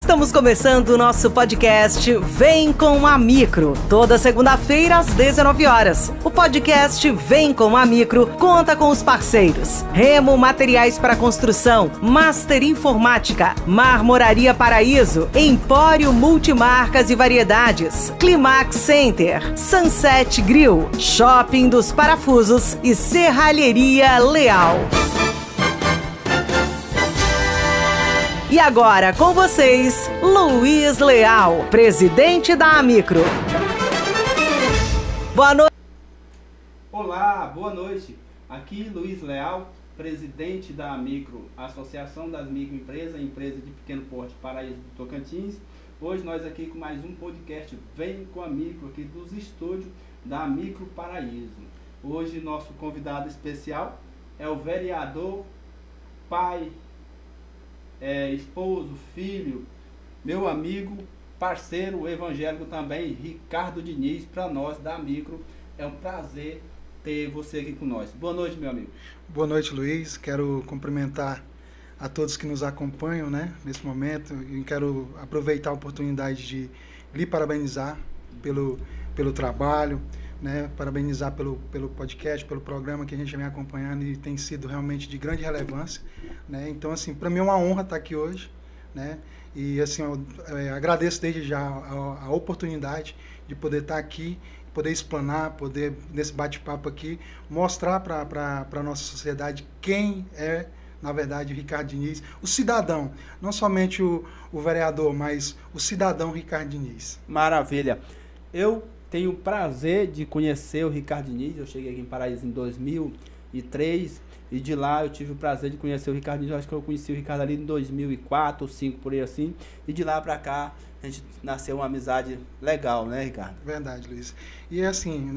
Estamos começando o nosso podcast Vem com a Micro, toda segunda-feira às 19 horas. O podcast Vem com a Micro conta com os parceiros: Remo Materiais para Construção, Master Informática, Marmoraria Paraíso, Empório Multimarcas e Variedades, Climax Center, Sunset Grill, Shopping dos Parafusos e Serralheria Leal. E agora, com vocês, Luiz Leal, presidente da Amicro. Boa noite. Olá, boa noite. Aqui Luiz Leal, presidente da Amicro, Associação das Microempresas, empresa de pequeno porte Paraíso do Tocantins. Hoje nós aqui com mais um podcast Vem com a Micro, aqui dos estúdios da Amicro Paraíso. Hoje nosso convidado especial é o vereador, pai, esposo, filho, meu amigo, parceiro evangélico também, Ricardo Diniz. Para nós da Amicro é um prazer ter você aqui com nós. Boa noite, meu amigo. Boa noite, Luiz. Quero cumprimentar a todos que nos acompanham, nesse momento, e quero aproveitar a oportunidade de lhe parabenizar pelo trabalho, parabenizar pelo podcast, pelo programa que a gente vem acompanhando e tem sido realmente de grande relevância, Então, assim, para mim é uma honra estar aqui hoje, E, assim, eu agradeço desde já a oportunidade de poder estar aqui, poder explanar, poder, nesse bate-papo aqui, mostrar para a nossa sociedade quem é, na verdade, o Ricardo Diniz, o cidadão, não somente o vereador, mas o cidadão Ricardo Diniz. Maravilha. Eu tenho o prazer de conhecer o Ricardo Diniz. Eu cheguei aqui em Paraíso em 2003 e de lá eu tive o prazer de conhecer o Ricardo Diniz. Eu acho que eu conheci o Ricardo ali em 2004 ou 2005, por aí assim. E de lá pra cá a gente nasceu uma amizade legal, né, Ricardo? Verdade, Luiz. E é assim,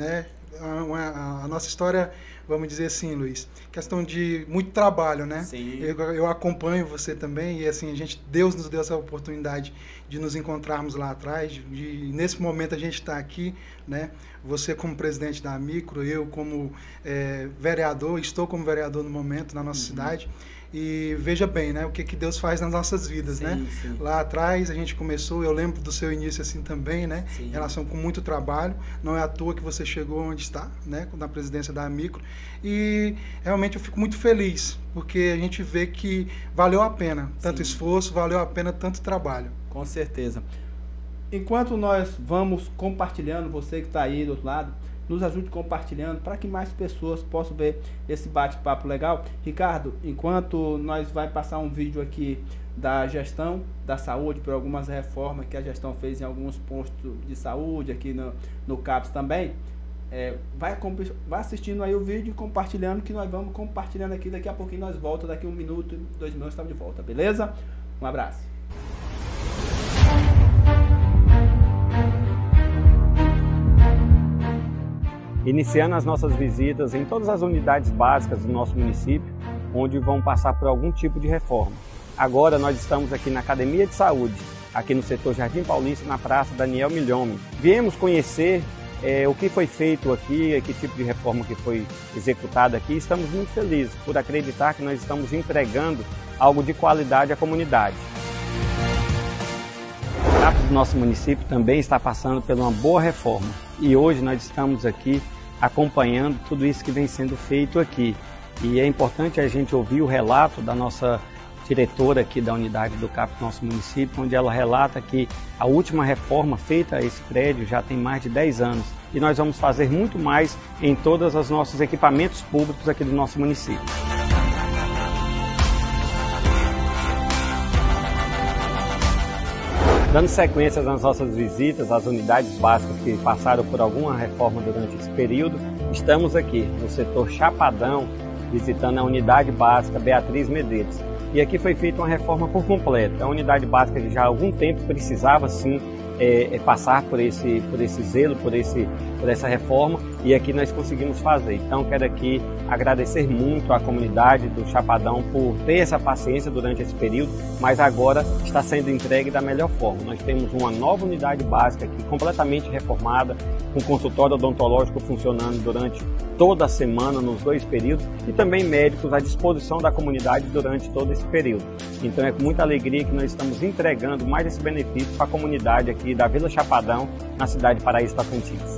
a nossa história, vamos dizer assim, Luiz, questão de muito trabalho, Sim. Eu acompanho você também e assim, Deus nos deu essa oportunidade de nos encontrarmos lá atrás, nesse momento a gente está aqui, Você como presidente da Amicro, eu como vereador, estou como vereador no momento na nossa cidade. E veja bem, o que Deus faz nas nossas vidas, Sim. Lá atrás a gente começou, eu lembro do seu início assim também, Sim. Em relação com muito trabalho, não é à toa que você chegou onde está, na presidência da Amicro. E realmente eu fico muito feliz, porque a gente vê que valeu a pena tanto esforço, valeu a pena tanto trabalho. Com certeza. Enquanto nós vamos compartilhando, você que está aí do outro lado, nos ajude compartilhando para que mais pessoas possam ver esse bate-papo legal. Ricardo, enquanto nós vai passar um vídeo aqui da gestão da saúde, por algumas reformas que a gestão fez em alguns postos de saúde, aqui no CAPS também, vai assistindo aí o vídeo e compartilhando, que nós vamos compartilhando aqui. Daqui a pouquinho nós voltamos, daqui 1 minuto, 2 minutos estamos de volta, beleza? Um abraço. Iniciando as nossas visitas em todas as unidades básicas do nosso município, onde vão passar por algum tipo de reforma. Agora nós estamos aqui na Academia de Saúde, aqui no setor Jardim Paulista, na Praça Daniel Milhome. Viemos conhecer o que foi feito aqui, que tipo de reforma que foi executada aqui. Estamos muito felizes por acreditar que nós estamos entregando algo de qualidade à comunidade. O CAPS do nosso município também está passando por uma boa reforma e hoje nós estamos aqui acompanhando tudo isso que vem sendo feito aqui. E é importante a gente ouvir o relato da nossa diretora aqui da unidade do CAPS do nosso município, onde ela relata que a última reforma feita a esse prédio já tem mais de 10 anos e nós vamos fazer muito mais em todos os nossos equipamentos públicos aqui do nosso município. Dando sequência nas nossas visitas às unidades básicas que passaram por alguma reforma durante esse período, estamos aqui no setor Chapadão, visitando a unidade básica Beatriz Medeiros. E aqui foi feita uma reforma por completo. A unidade básica que já há algum tempo precisava sim passar por esse zelo, por essa reforma, e aqui nós conseguimos fazer. Então quero aqui agradecer muito à comunidade do Chapadão por ter essa paciência durante esse período, mas agora está sendo entregue da melhor forma. Nós temos uma nova unidade básica aqui completamente reformada, com consultório odontológico funcionando durante toda a semana, nos 2 períodos, e também médicos à disposição da comunidade durante todo esse período. Então é com muita alegria que nós estamos entregando mais esse benefício para a comunidade aqui da Vila Chapadão, na cidade de Paraíso Tocantins.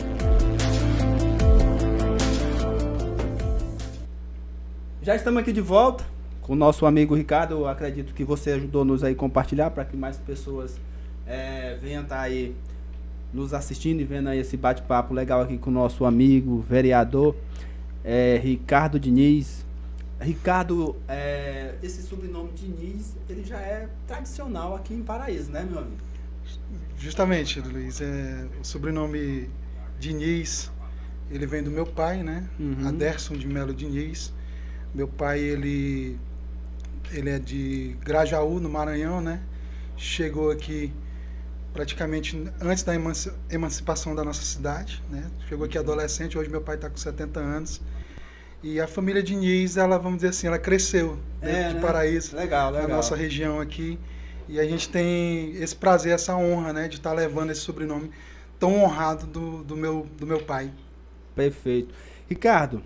Já estamos aqui de volta com o nosso amigo Ricardo. Eu acredito que você ajudou-nos aí a compartilhar para que mais pessoas venham estar aí nos assistindo e vendo aí esse bate-papo legal aqui com o nosso amigo vereador Ricardo Diniz. Ricardo, esse sobrenome Diniz, ele já é tradicional aqui em Paraíso, né, meu amigo? Justamente, Luiz, o sobrenome Diniz, ele vem do meu pai, né? Aderson de Melo Diniz. Meu pai, ele é de Grajaú, no Maranhão, né? Chegou aqui praticamente antes da emancipação da nossa cidade, né? Chegou aqui adolescente, hoje meu pai está com 70 anos. E a família Diniz, ela, vamos dizer assim, ela cresceu dentro de Paraíso, legal. na nossa região aqui. E a gente tem esse prazer, essa honra, né, de estar levando esse sobrenome tão honrado do meu pai. Perfeito. Ricardo,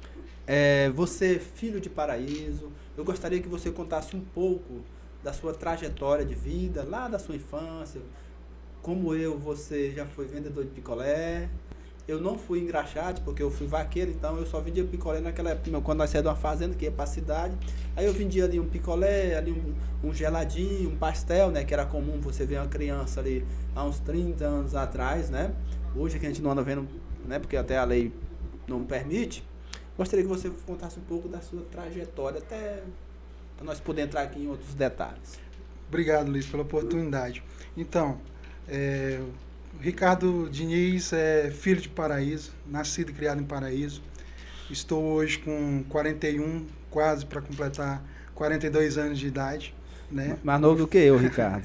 você, filho de Paraíso, eu gostaria que você contasse um pouco da sua trajetória de vida, lá da sua infância. Como você já foi vendedor de picolé. Eu não fui engraxate, porque eu fui vaqueiro, então eu só vendia picolé naquela época, quando nós saímos de uma fazenda que ia para a cidade. Aí eu vendia ali um picolé, ali um geladinho, um pastel, né, que era comum você ver uma criança ali há uns 30 anos atrás, né? Hoje que a gente não anda vendo, né, porque até a lei não permite. Gostaria que você contasse um pouco da sua trajetória, até para nós poder entrar aqui em outros detalhes. Obrigado, Luiz, pela oportunidade. Então, Ricardo Diniz é filho de Paraíso, nascido e criado em Paraíso. Estou hoje com 41, quase para completar 42 anos de idade, né? Mais novo do que eu, Ricardo.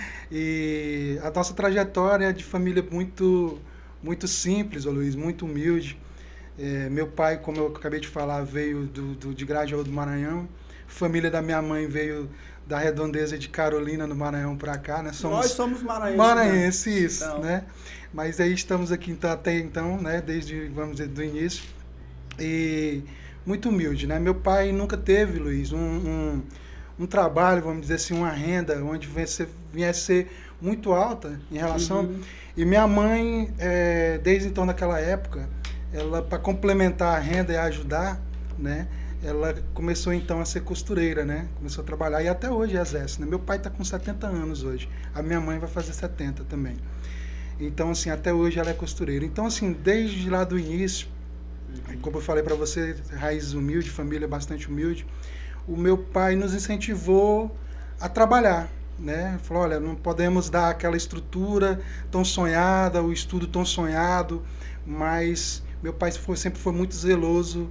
E a nossa trajetória é de família muito, muito simples, ô Luiz, muito humilde. Meu pai, como eu acabei de falar, veio de Grajaú do Maranhão. Família da minha mãe veio da redondeza de Carolina, no Maranhão, para cá, né? Nós somos maranhenses. Maranhenses, então, né? Mas aí estamos aqui então, até então, né? Desde, vamos dizer, do início. E muito humilde, né? Meu pai nunca teve, Luiz, um trabalho, vamos dizer assim, uma renda onde viesse a ser muito alta em relação... E minha mãe, desde então, naquela época, ela, para complementar a renda e ajudar, né? Ela começou então a ser costureira, né? Começou a trabalhar e até hoje exerce, né? Meu pai está com 70 anos hoje, a minha mãe vai fazer 70 também. Então, assim, até hoje ela é costureira. Então, assim, desde lá do início, como eu falei para você, raiz humilde, família bastante humilde, o meu pai nos incentivou a trabalhar, né? Falou, olha, não podemos dar aquela estrutura tão sonhada, o estudo tão sonhado, mas meu pai sempre foi muito zeloso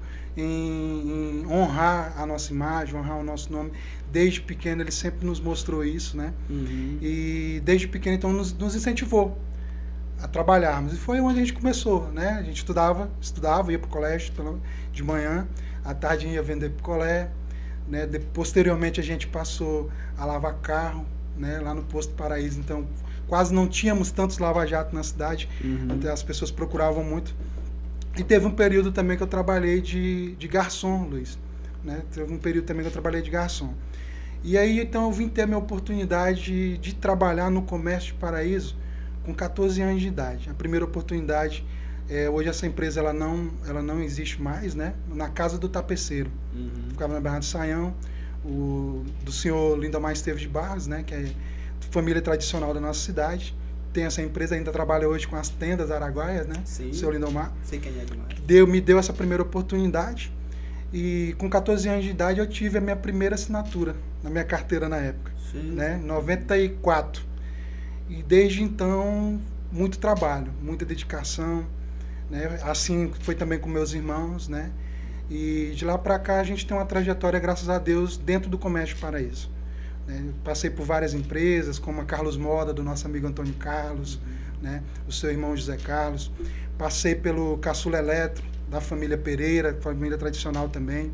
em honrar a nossa imagem, honrar o nosso nome. Desde pequeno ele sempre nos mostrou isso, né? E desde pequeno então nos incentivou a trabalharmos. E foi onde a gente começou, né? A gente estudava, ia para o colégio de manhã, à tarde ia vender picolé, né? Posteriormente a gente passou a lavar carro, né? Lá no Posto Paraíso, então quase não tínhamos tantos lava-jato na cidade, então as pessoas procuravam muito. E teve um período também que eu trabalhei de garçom, Luiz, né? Teve um período também que eu trabalhei de garçom. E aí então eu vim ter a minha oportunidade de trabalhar no comércio de Paraíso com 14 anos de idade. A primeira oportunidade, hoje essa empresa ela não existe mais, né? Na Casa do Tapeceiro. Ficava na Barra do Saião, do senhor Lindomar Esteves de Barros, né? Que é família tradicional da nossa cidade. Tem essa empresa, ainda trabalha hoje com as tendas araguaias, né? Sim. O senhor Lindomar. Sei quem é demais. Me deu essa primeira oportunidade e com 14 anos de idade eu tive a minha primeira assinatura na minha carteira na época, né? 94. E desde então, muito trabalho, muita dedicação, né? Assim foi também com meus irmãos, né? E de lá para cá a gente tem uma trajetória, graças a Deus, dentro do comércio de Paraíso. Passei por várias empresas, como a Carlos Moda, do nosso amigo Antônio Carlos, né? O seu irmão José Carlos. Passei pelo Caçula Eletro, da família Pereira, família tradicional também.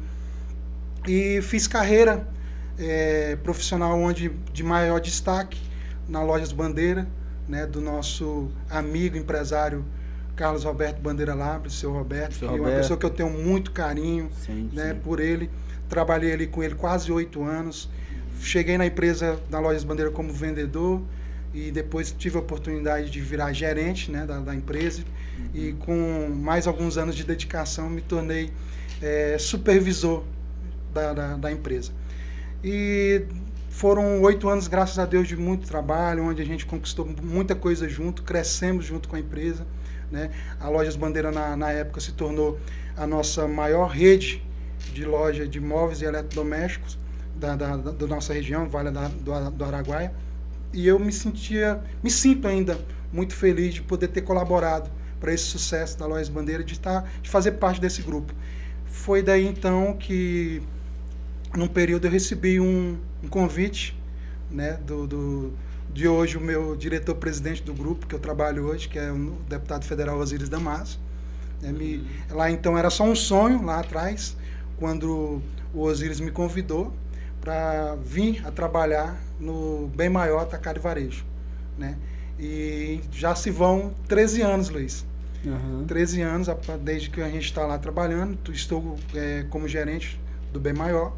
E fiz carreira profissional onde de maior destaque na Lojas Bandeira, né? Do nosso amigo empresário Carlos Roberto Bandeira Labre, seu Roberto, que é uma pessoa que eu tenho muito carinho, né, por ele. Trabalhei ali com ele quase 8 anos. Cheguei na empresa da Lojas Bandeira como vendedor e depois tive a oportunidade de virar gerente, né, da empresa. E com mais alguns anos de dedicação me tornei supervisor da empresa. E foram 8 anos, graças a Deus, de muito trabalho, onde a gente conquistou muita coisa junto, crescemos junto com a empresa, né? A Lojas Bandeira, na época, se tornou a nossa maior rede de loja de móveis e eletrodomésticos da nossa região, Vale do Araguaia. E eu me sinto ainda muito feliz de poder ter colaborado para esse sucesso da Lojas Bandeira, de fazer parte desse grupo. Foi daí, então, que num período eu recebi um convite, né, de hoje o meu diretor-presidente do grupo, que eu trabalho hoje, que é o deputado federal Osíris Damaso. Lá então era só um sonho, lá atrás, quando o Osíris me convidou para vir a trabalhar no Bem Maior Atacado e Varejo, né? E já se vão 13 anos, Luiz. 13 anos, desde que a gente está lá trabalhando. Estou como gerente do Bem Maior.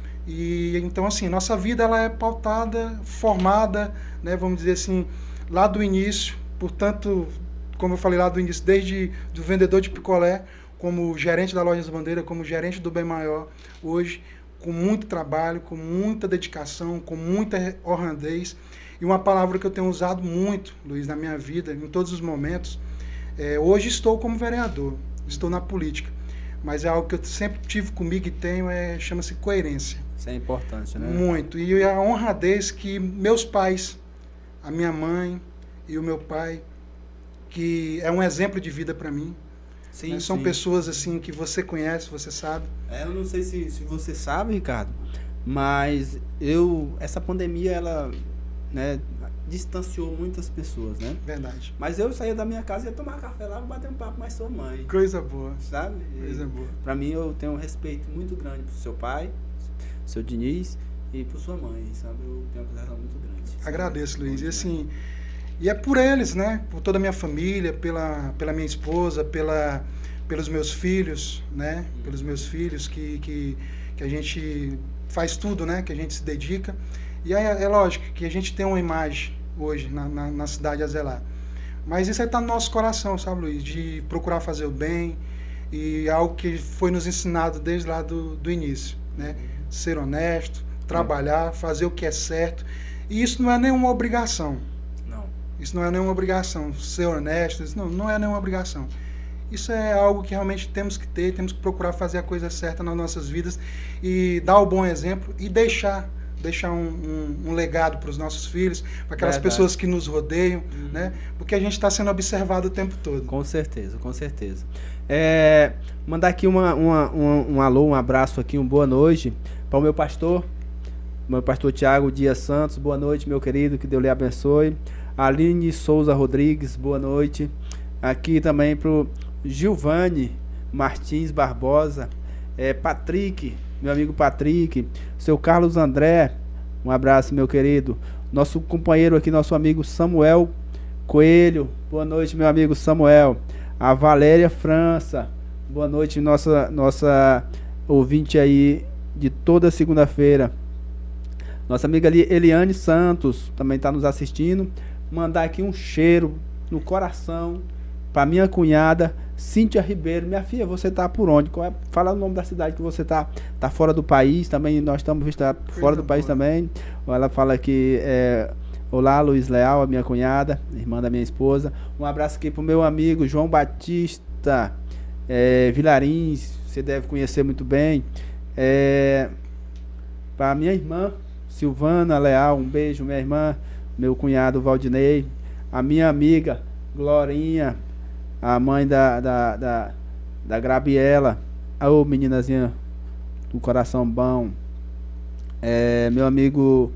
E então, assim, nossa vida ela é pautada, formada, né, vamos dizer assim, lá do início. Portanto, como eu falei lá do início, desde do vendedor de picolé, como gerente da Lojas Bandeira, como gerente do Bem Maior, hoje, com muito trabalho, com muita dedicação, com muita honradez. E uma palavra que eu tenho usado muito, Luiz, na minha vida, em todos os momentos, hoje estou como vereador, estou na política, mas é algo que eu sempre tive comigo e tenho, chama-se coerência. Isso é importante, né? Muito. E a honradez que meus pais, a minha mãe e o meu pai, que é um exemplo de vida para mim. Sim, né? São pessoas assim que você conhece, você sabe. Eu não sei se você sabe, Ricardo, mas essa pandemia, ela, né, distanciou muitas pessoas, né? Verdade. Mas eu saía da minha casa e ia tomar café lá, bater um papo mais sua mãe. Coisa boa. Sabe? Coisa boa. Pra mim, eu tenho um respeito muito grande pro seu pai, seu Diniz, e por sua mãe, sabe? Eu tenho uma consideração muito grande. Sabe? Agradeço, Luiz. E assim, e é por eles, né? Por toda a minha família, pela minha esposa, pelos meus filhos, né? Pelos meus filhos que a gente faz tudo, né? Que a gente se dedica. E aí, é lógico que a gente tem uma imagem hoje na cidade a zelar. Mas isso aí está no nosso coração, sabe, Luiz? De procurar fazer o bem, e algo que foi nos ensinado desde lá do início, né? Ser honesto, trabalhar, fazer o que é certo. E isso não é nenhuma obrigação. Não. Isso não é nenhuma obrigação. Ser honesto, isso não é nenhuma obrigação. Isso é algo que realmente temos que ter, temos que procurar fazer a coisa certa nas nossas vidas e dar o bom exemplo e deixar um legado para os nossos filhos, para aquelas pessoas que nos rodeiam, né? Porque a gente está sendo observado o tempo todo. Com certeza, com certeza. Mandar aqui um alô, um abraço aqui, uma boa noite para o meu pastor Tiago Dias Santos. Boa noite, meu querido, que Deus lhe abençoe. Aline Souza Rodrigues, boa noite. Aqui também para o Gilvane Martins Barbosa, Patrick, meu amigo Patrick, seu Carlos André, um abraço, meu querido. Nosso companheiro aqui, nosso amigo Samuel Coelho, boa noite, meu amigo Samuel. A Valéria França, boa noite, nossa ouvinte aí de toda segunda-feira. Nossa amiga ali, Eliane Santos, também está nos assistindo. Mandar aqui um cheiro no coração para minha cunhada Cíntia Ribeiro. Minha filha, você tá por onde? Fala o nome da cidade que você tá fora do país também. Nós estamos fora do país também. Ela fala que olá, Luiz Leal, a minha cunhada, irmã da minha esposa. Um abraço aqui pro meu amigo João Batista Vilarins, você deve conhecer muito bem. Para minha irmã Silvana Leal, um beijo, minha irmã, meu cunhado Valdinei, a minha amiga Glorinha, a mãe da Grabiela, ô meninazinha do coração bom, meu amigo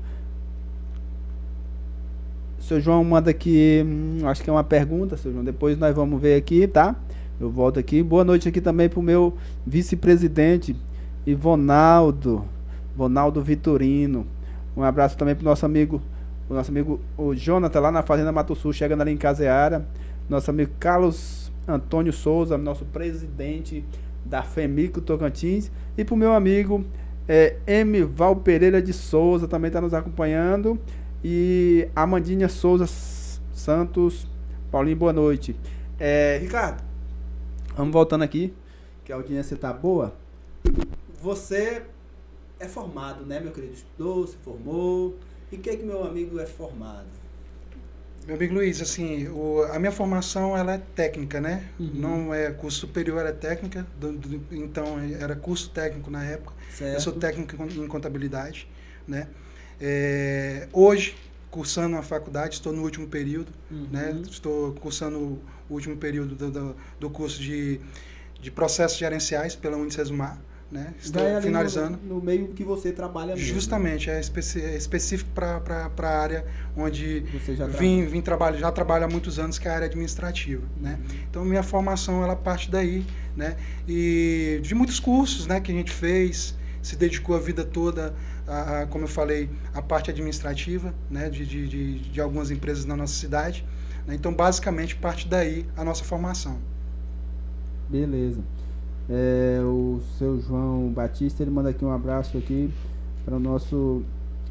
seu João manda aqui, acho que é uma pergunta, seu João, depois nós vamos ver aqui, tá? Eu volto aqui. Boa noite aqui também pro meu vice-presidente Ivonaldo Vitorino. Um abraço também pro nosso amigo o Jonathan lá na Fazenda Mato Sul, chegando ali em Caseara. Nosso amigo Carlos Antônio Souza, nosso presidente da FEMICO Tocantins, e para o meu amigo Emival Pereira de Souza, também está nos acompanhando, e Amandinha Souza Santos. Paulinho, boa noite. Ricardo, vamos voltando aqui, que a audiência tá boa. Você é formado, né, meu querido? Estudou, se formou. E o que meu amigo é formado? Meu amigo Luiz, assim, a minha formação ela é técnica, né? Não é curso superior, é técnica. Então, era curso técnico na época. Certo. Eu sou técnico em contabilidade, né? Hoje, cursando na faculdade, estou no último período, né? Estou cursando o último período do curso de processos gerenciais pela Unicesumar, né? Estou finalizando. No meio que você trabalha mesmo. Justamente, é específico para a área onde você já trabalho há muitos anos, que é a área administrativa, né? Então, minha formação, ela parte daí, né? E de muitos cursos, né, que a gente fez, se dedicou a vida toda como eu falei, a parte administrativa, né, de algumas empresas na nossa cidade, né? Então, basicamente, parte daí a nossa formação. Beleza. O seu João Batista, ele manda aqui um abraço aqui para o nosso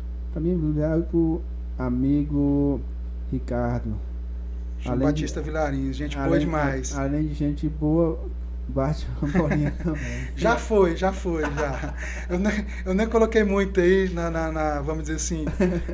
amigo Ricardo. João Batista Vilarinhos, gente boa demais. Além de gente boa, bate uma bolinha também. Já foi. Eu nem coloquei muito aí vamos dizer assim.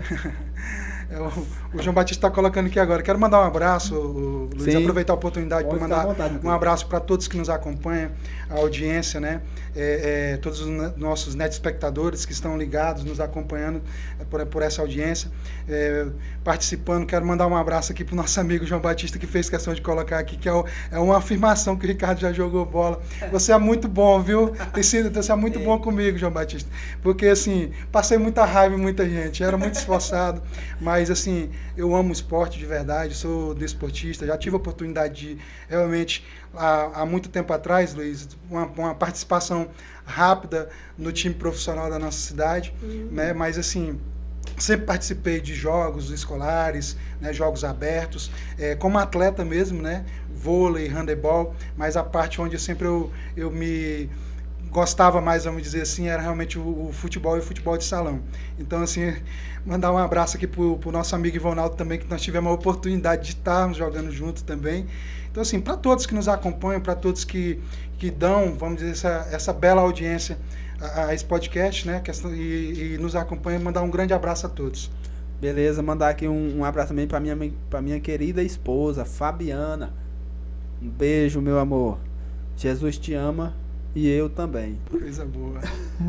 O João Batista está colocando aqui agora. Quero mandar um abraço, Luiz, aproveitar a oportunidade para mandar um abraço para todos que nos acompanham, a audiência, né? Todos os nossos espectadores que estão ligados, nos acompanhando por essa audiência, participando. Quero mandar um abraço aqui para o nosso amigo João Batista, que fez questão de colocar aqui, que é uma afirmação que o Ricardo já jogou bola. Você é muito bom, viu? Você é muito bom comigo, João Batista. Porque, assim, passei muita raiva em muita gente, era muito esforçado, mas, assim, eu amo o esporte de verdade, sou desportista, já tive a oportunidade de, realmente, há muito tempo atrás, Luiz, uma participação rápida no time profissional da nossa cidade, né? Mas, assim, sempre participei de jogos escolares, né, jogos abertos, como atleta mesmo, né, vôlei, handebol, mas a parte onde eu me gostava mais, vamos dizer assim, era realmente o futebol e o futebol de salão. Então, assim, mandar um abraço aqui pro nosso amigo Ivonaldo também, que nós tivemos a oportunidade de estarmos jogando junto também. Então, assim, para todos que nos acompanham, para todos que dão, vamos dizer, essa bela audiência a esse podcast, né, e nos acompanham, mandar um grande abraço a todos. Beleza, mandar aqui um abraço também para minha querida esposa, Fabiana. Um beijo, meu amor. Jesus te ama e eu também. Coisa boa.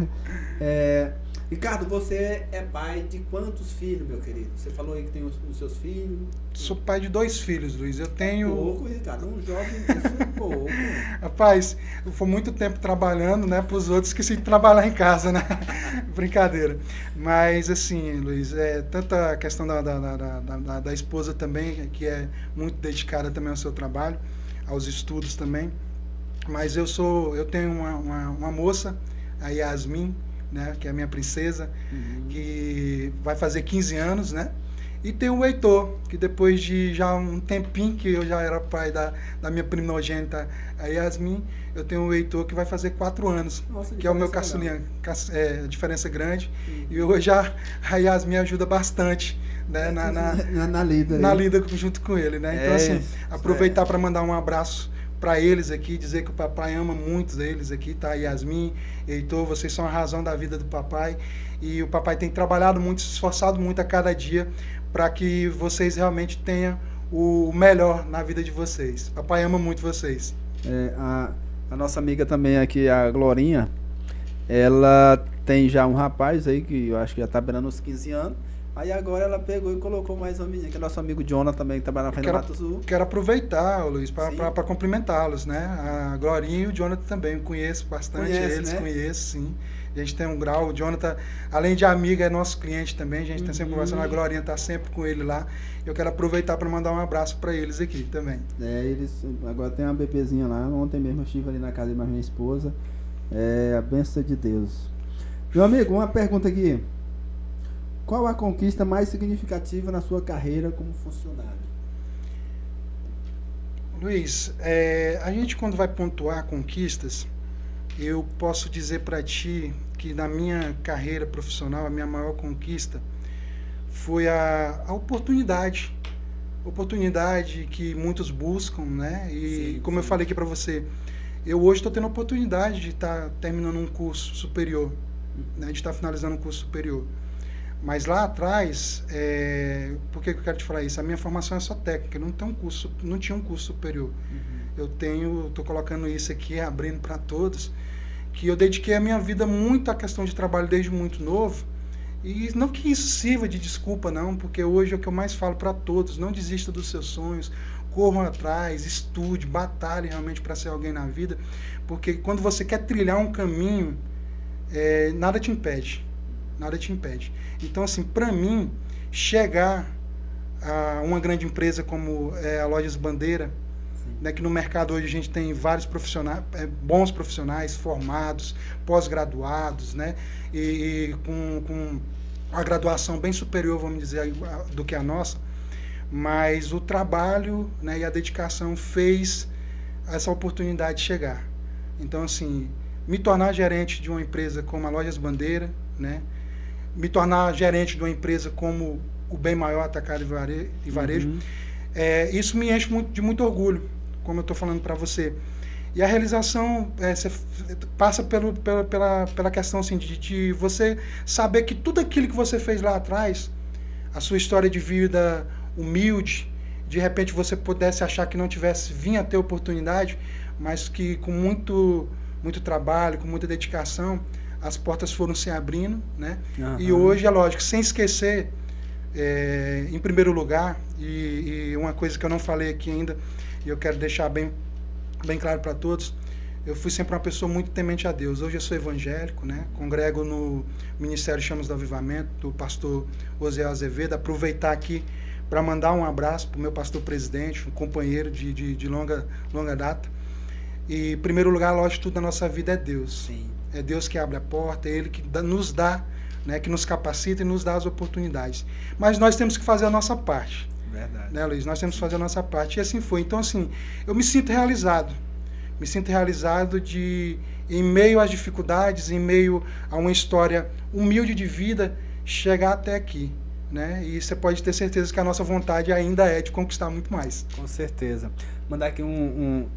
Ricardo, você é pai de quantos filhos, meu querido? Você falou aí que tem os seus filhos. Sou pai de 2 filhos, Luiz. Eu tenho... Pouco, Ricardo. Um jovem desse é pouco. Rapaz, eu fui muito tempo trabalhando, né? Para os outros que se trabalhar em casa, né? Brincadeira. Mas, assim, Luiz, tanta a questão da esposa também, que é muito dedicada também ao seu trabalho, aos estudos também. Mas eu tenho uma moça, a Yasmin, né, que é a minha princesa, que vai fazer 15 anos, né? E tem o Heitor, que depois de já um tempinho que eu já era pai da minha primogênita, a Yasmin, eu tenho o Heitor que vai fazer 4 anos. Nossa, que é o meu caçulinha, diferença grande. E hoje a Yasmin ajuda bastante, né, na lida junto com ele, né? Então, assim, aproveitar para mandar um abraço para eles aqui, dizer que o papai ama muitos deles aqui, tá? Yasmin, Heitor, vocês são a razão da vida do papai, e o papai tem trabalhado muito, se esforçado muito a cada dia para que vocês realmente tenham o melhor na vida de vocês. Papai ama muito vocês. A nossa amiga também aqui, a Glorinha, ela tem já um rapaz aí que eu acho que já tá beirando uns 15 anos. Aí agora ela pegou e colocou mais uma menina, que é nosso amigo Jonathan também, que trabalha na frente do Mato Sul. Quero aproveitar, Luiz, para cumprimentá-los, né? A Glorinha e o Jonathan também, eu conheço bastante eles, né? Conheço, sim. A gente tem um grau, o Jonathan, além de amigo, é nosso cliente também, a gente está sempre conversando, a Glorinha está sempre com ele lá. Eu quero aproveitar para mandar um abraço para eles aqui também. Eles agora tem uma bebezinha lá, ontem mesmo eu estive ali na casa da minha esposa, a bênção de Deus. Meu amigo, uma pergunta aqui. Qual a conquista mais significativa na sua carreira como funcionário? Luiz, a gente quando vai pontuar conquistas, eu posso dizer para ti que na minha carreira profissional, a minha maior conquista foi a oportunidade. Oportunidade que muitos buscam, né? E Sim, como eu sim. falei aqui para você, eu hoje estou tendo a oportunidade de estar terminando um curso superior, né? De estar finalizando um curso superior. Mas lá atrás, por que eu quero te falar isso? A minha formação é só técnica, não tinha um curso superior. Estou colocando isso aqui, abrindo para todos, que eu dediquei a minha vida muito à questão de trabalho desde muito novo. E não que isso sirva de desculpa, não, porque hoje é o que eu mais falo para todos: não desista dos seus sonhos, corram atrás, estude, batalhe realmente para ser alguém na vida, porque quando você quer trilhar um caminho, nada te impede. Nada te impede. Então, assim, para mim, chegar a uma grande empresa como a Lojas Bandeira, né, que no mercado hoje a gente tem vários profissionais, bons profissionais, formados, pós-graduados, né, e com a graduação bem superior, vamos dizer, do que a nossa, mas o trabalho, né, e a dedicação fez essa oportunidade chegar. Então, assim, me tornar gerente de uma empresa como a Lojas Bandeira, né, me tornar gerente de uma empresa como o Bem Maior Atacado e Varejo, isso me enche de muito orgulho, como eu estou falando para você. E a realização passa pela questão assim, de você saber que tudo aquilo que você fez lá atrás, a sua história de vida humilde, de repente você pudesse achar que não tivesse vindo a ter oportunidade, mas que com muito trabalho, com muita dedicação, as portas foram se abrindo, né? E hoje, é lógico, sem esquecer, em primeiro lugar, e uma coisa que eu não falei aqui ainda, e eu quero deixar bem claro para todos, eu fui sempre uma pessoa muito temente a Deus. Hoje eu sou evangélico, né? Congrego no Ministério Chamas do Avivamento, do pastor Osiel Azevedo. Aproveitar aqui para mandar um abraço para o meu pastor presidente, um companheiro de longa data. E, em primeiro lugar, lógico, tudo na nossa vida é Deus. Sim. É Deus que abre a porta, é Ele que nos dá, né, que nos capacita e nos dá as oportunidades. Mas nós temos que fazer a nossa parte. Verdade. Né, Luiz? Nós temos que fazer a nossa parte. E assim foi. Então, assim, eu me sinto realizado. Me sinto realizado em meio às dificuldades, em meio a uma história humilde de vida, chegar até aqui. Né? E você pode ter certeza que a nossa vontade ainda é de conquistar muito mais. Com certeza. Mandar aqui um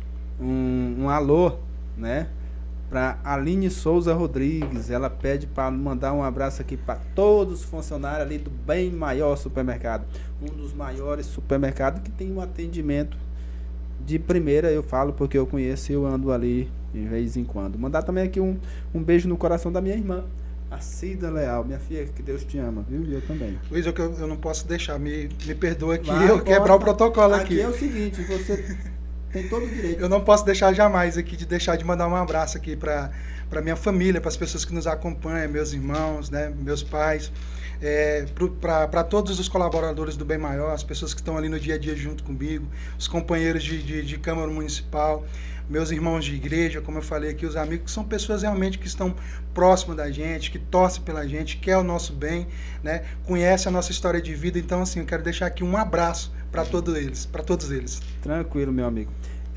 alô, né? Para Aline Souza Rodrigues. Ela pede para mandar um abraço aqui para todos os funcionários ali do Bem Maior Supermercado, um dos maiores supermercados que tem um atendimento de primeira. Eu falo porque eu conheço e eu ando ali de vez em quando. Mandar também aqui um beijo no coração da minha irmã, a Cida Leal, minha filha, que Deus te ama, viu? E eu também. Luiz, eu não posso deixar, me perdoa aqui, Vai, eu quebrar o protocolo aqui. Aqui é o seguinte, você tem todo o direito. Eu não posso deixar jamais aqui de deixar de mandar um abraço aqui para minha família, para as pessoas que nos acompanham, meus irmãos, né, meus pais, para todos os colaboradores do Bem Maior, as pessoas que estão ali no dia a dia junto comigo, os companheiros de Câmara Municipal, meus irmãos de igreja, como eu falei aqui, os amigos, que são pessoas realmente que estão próximas da gente, que torcem pela gente, quer o nosso bem, né, conhece a nossa história de vida. Então, assim, eu quero deixar aqui um abraço para todos eles. Tranquilo, meu amigo.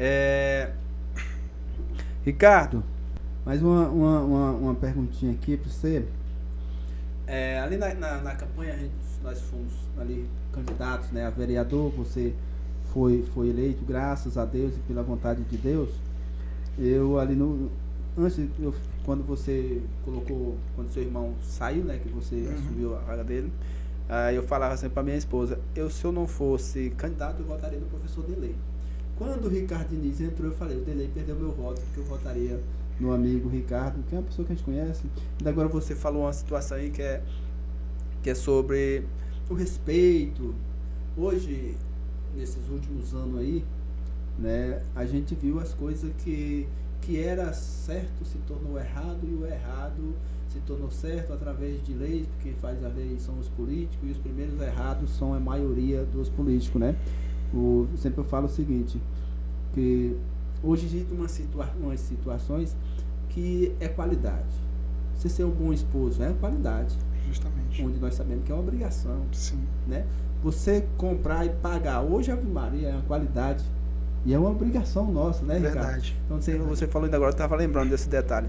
Ricardo, mais uma perguntinha aqui para você. Ali na campanha, nós fomos ali candidatos, né, a vereador. Você foi eleito, graças a Deus e pela vontade de Deus. Eu ali quando você colocou, quando seu irmão saiu, né, que você assumiu a vaga dele, eu falava sempre para minha esposa, se eu não fosse candidato, eu votaria no professor Delei. Quando o Ricardo Diniz entrou, eu falei, o Delei perdeu meu voto, porque eu votaria no amigo Ricardo, que é uma pessoa que a gente conhece. E agora você falou uma situação aí que é sobre o respeito. Hoje, nesses últimos anos aí, né, a gente viu as coisas que era certo se tornou errado, e o errado se tornou certo através de leis, porque quem faz a lei são os políticos, e os primeiros errados são a maioria dos políticos, né? Sempre eu falo o seguinte, que hoje existem umas situações que é qualidade. Você ser um bom esposo é qualidade. Justamente. Onde nós sabemos que é uma obrigação. Sim. Né? Você comprar e pagar, hoje a Ave Maria é uma qualidade. E é uma obrigação nossa, né, Ricardo? Verdade. Então, você falou ainda agora, eu estava lembrando desse detalhe.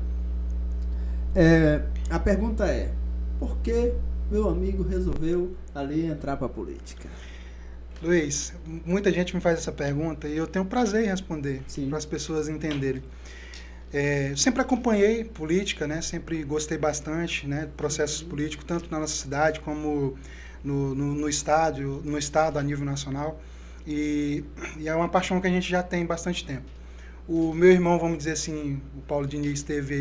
A pergunta é, por que meu amigo resolveu ali entrar para a política? Luiz, muita gente me faz essa pergunta e eu tenho prazer em responder, para as pessoas entenderem. Eu sempre acompanhei política, né? Sempre gostei bastante, né, de processos políticos, tanto na nossa cidade como no estado a nível nacional. E é uma paixão que a gente já tem bastante tempo. O meu irmão, vamos dizer assim, o Paulo Diniz,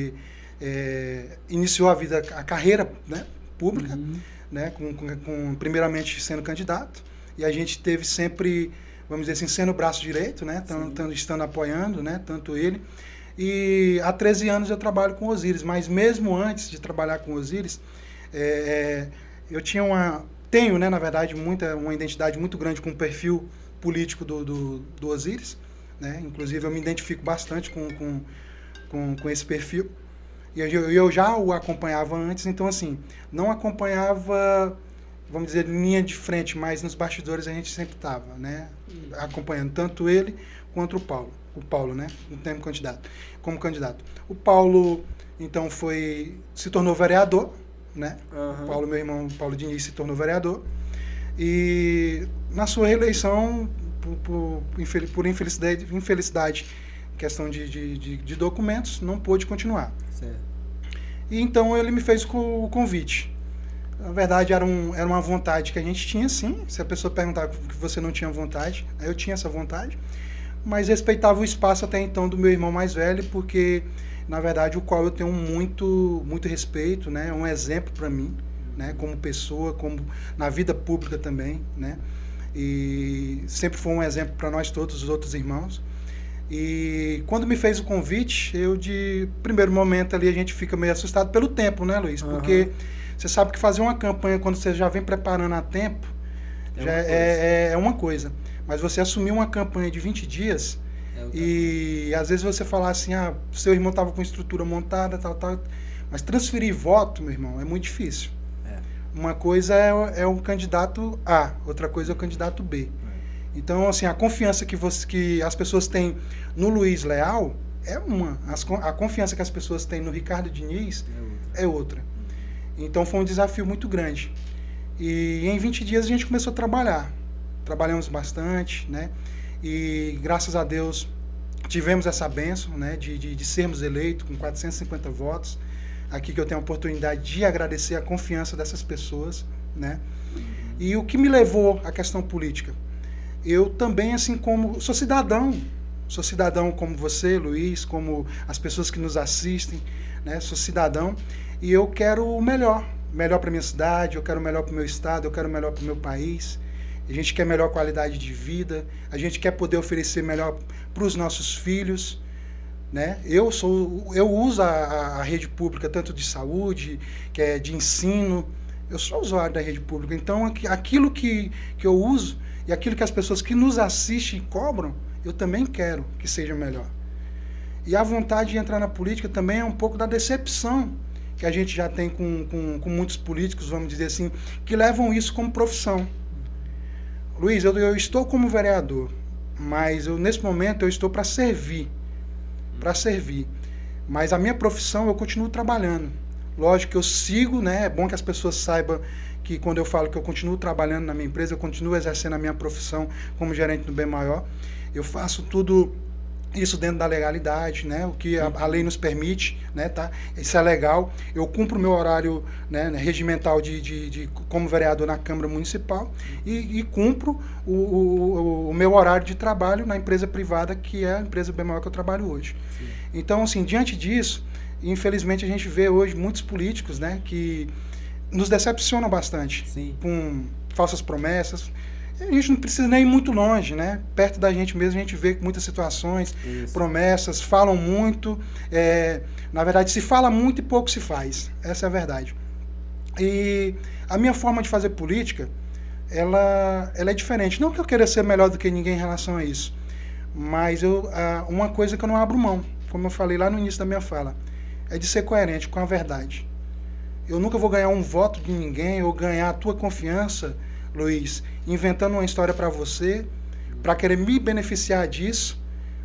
iniciou a carreira, né, pública, né, primeiramente sendo candidato, e a gente teve sempre, vamos dizer assim, sendo o braço direito, né, estando apoiando, né, tanto ele. E há 13 anos eu trabalho com Osíris, mas mesmo antes de trabalhar com Osíris, eu tenho, né, na verdade, uma identidade muito grande com o perfil político do Osíris, né? Inclusive eu me identifico bastante com esse perfil, e eu já o acompanhava antes, então assim, não acompanhava, vamos dizer, linha de frente, mas nos bastidores a gente sempre estava, né, acompanhando tanto ele quanto o Paulo, né, como candidato. O Paulo, então, se tornou vereador, né, Paulo, meu irmão, Paulo Diniz, se tornou vereador, e na sua reeleição, por infelicidade, questão de documentos, não pôde continuar. Certo. E então ele me fez o convite. Na verdade, era uma vontade que a gente tinha, sim. Se a pessoa perguntava que você não tinha vontade, eu tinha essa vontade, mas respeitava o espaço até então do meu irmão mais velho, porque, na verdade, o qual eu tenho muito, muito respeito, né? É um exemplo para mim, né, como pessoa, como na vida pública também, né, e sempre foi um exemplo para nós todos os outros irmãos. E quando me fez o convite, de primeiro momento ali a gente fica meio assustado pelo tempo, né, Luiz? Porque você sabe que fazer uma campanha quando você já vem preparando há tempo é uma coisa, mas você assumir uma campanha de 20 dias e às vezes você falar assim, seu irmão estava com estrutura montada, tal, mas transferir voto, meu irmão, é muito difícil. Uma coisa é o candidato A, outra coisa é o candidato B. Então, assim, a confiança que as pessoas têm no Luiz Leal é uma. A confiança que as pessoas têm no Ricardo Diniz é outra. Então, foi um desafio muito grande. E em 20 dias a gente começou a trabalhar. Trabalhamos bastante, né? E, graças a Deus, tivemos essa bênção, né, de sermos eleitos com 450 votos. Aqui que eu tenho a oportunidade de agradecer a confiança dessas pessoas, né? E o que me levou à questão política? Eu também, assim como... Sou cidadão como você, Luiz, como as pessoas que nos assistem, né? Sou cidadão e eu quero o melhor para minha cidade, eu quero o melhor para o meu estado, eu quero o melhor para o meu país. A gente quer melhor qualidade de vida, a gente quer poder oferecer melhor para os nossos filhos, né? Eu uso a rede pública tanto de saúde, que é de ensino. Eu sou usuário da rede pública, então aquilo que eu uso e aquilo que as pessoas que nos assistem cobram, eu também quero que seja melhor. E a vontade de entrar na política também é um pouco da decepção que a gente já tem com muitos políticos, vamos dizer assim, que levam isso como profissão. Luiz, eu estou como vereador, mas nesse momento eu estou para servir. Mas a minha profissão eu continuo trabalhando. Lógico que eu sigo, né? É bom que as pessoas saibam que quando eu falo que eu continuo trabalhando na minha empresa, eu continuo exercendo a minha profissão como gerente do Bem Maior. Eu faço tudo isso dentro da legalidade, né? O que a lei nos permite, né? Tá? Isso é legal. Eu cumpro o meu horário, né, regimental como vereador na Câmara Municipal e cumpro o meu horário de trabalho na empresa privada, que é a empresa Bem Maior que eu trabalho hoje. Sim. Então, assim, diante disso, infelizmente a gente vê hoje muitos políticos, né, que nos decepcionam bastante. Sim. Com falsas promessas. A gente não precisa nem ir muito longe, né? Perto da gente mesmo a gente vê muitas situações, promessas, falam muito. Na verdade, se fala muito e pouco se faz. Essa é a verdade. E a minha forma de fazer política, ela é diferente. Não que eu queira ser melhor do que ninguém em relação a isso, mas uma coisa que eu não abro mão, como eu falei lá no início da minha fala, é de ser coerente com a verdade. Eu nunca vou ganhar um voto de ninguém ou ganhar a tua confiança, Luiz, inventando uma história para você, para querer me beneficiar disso,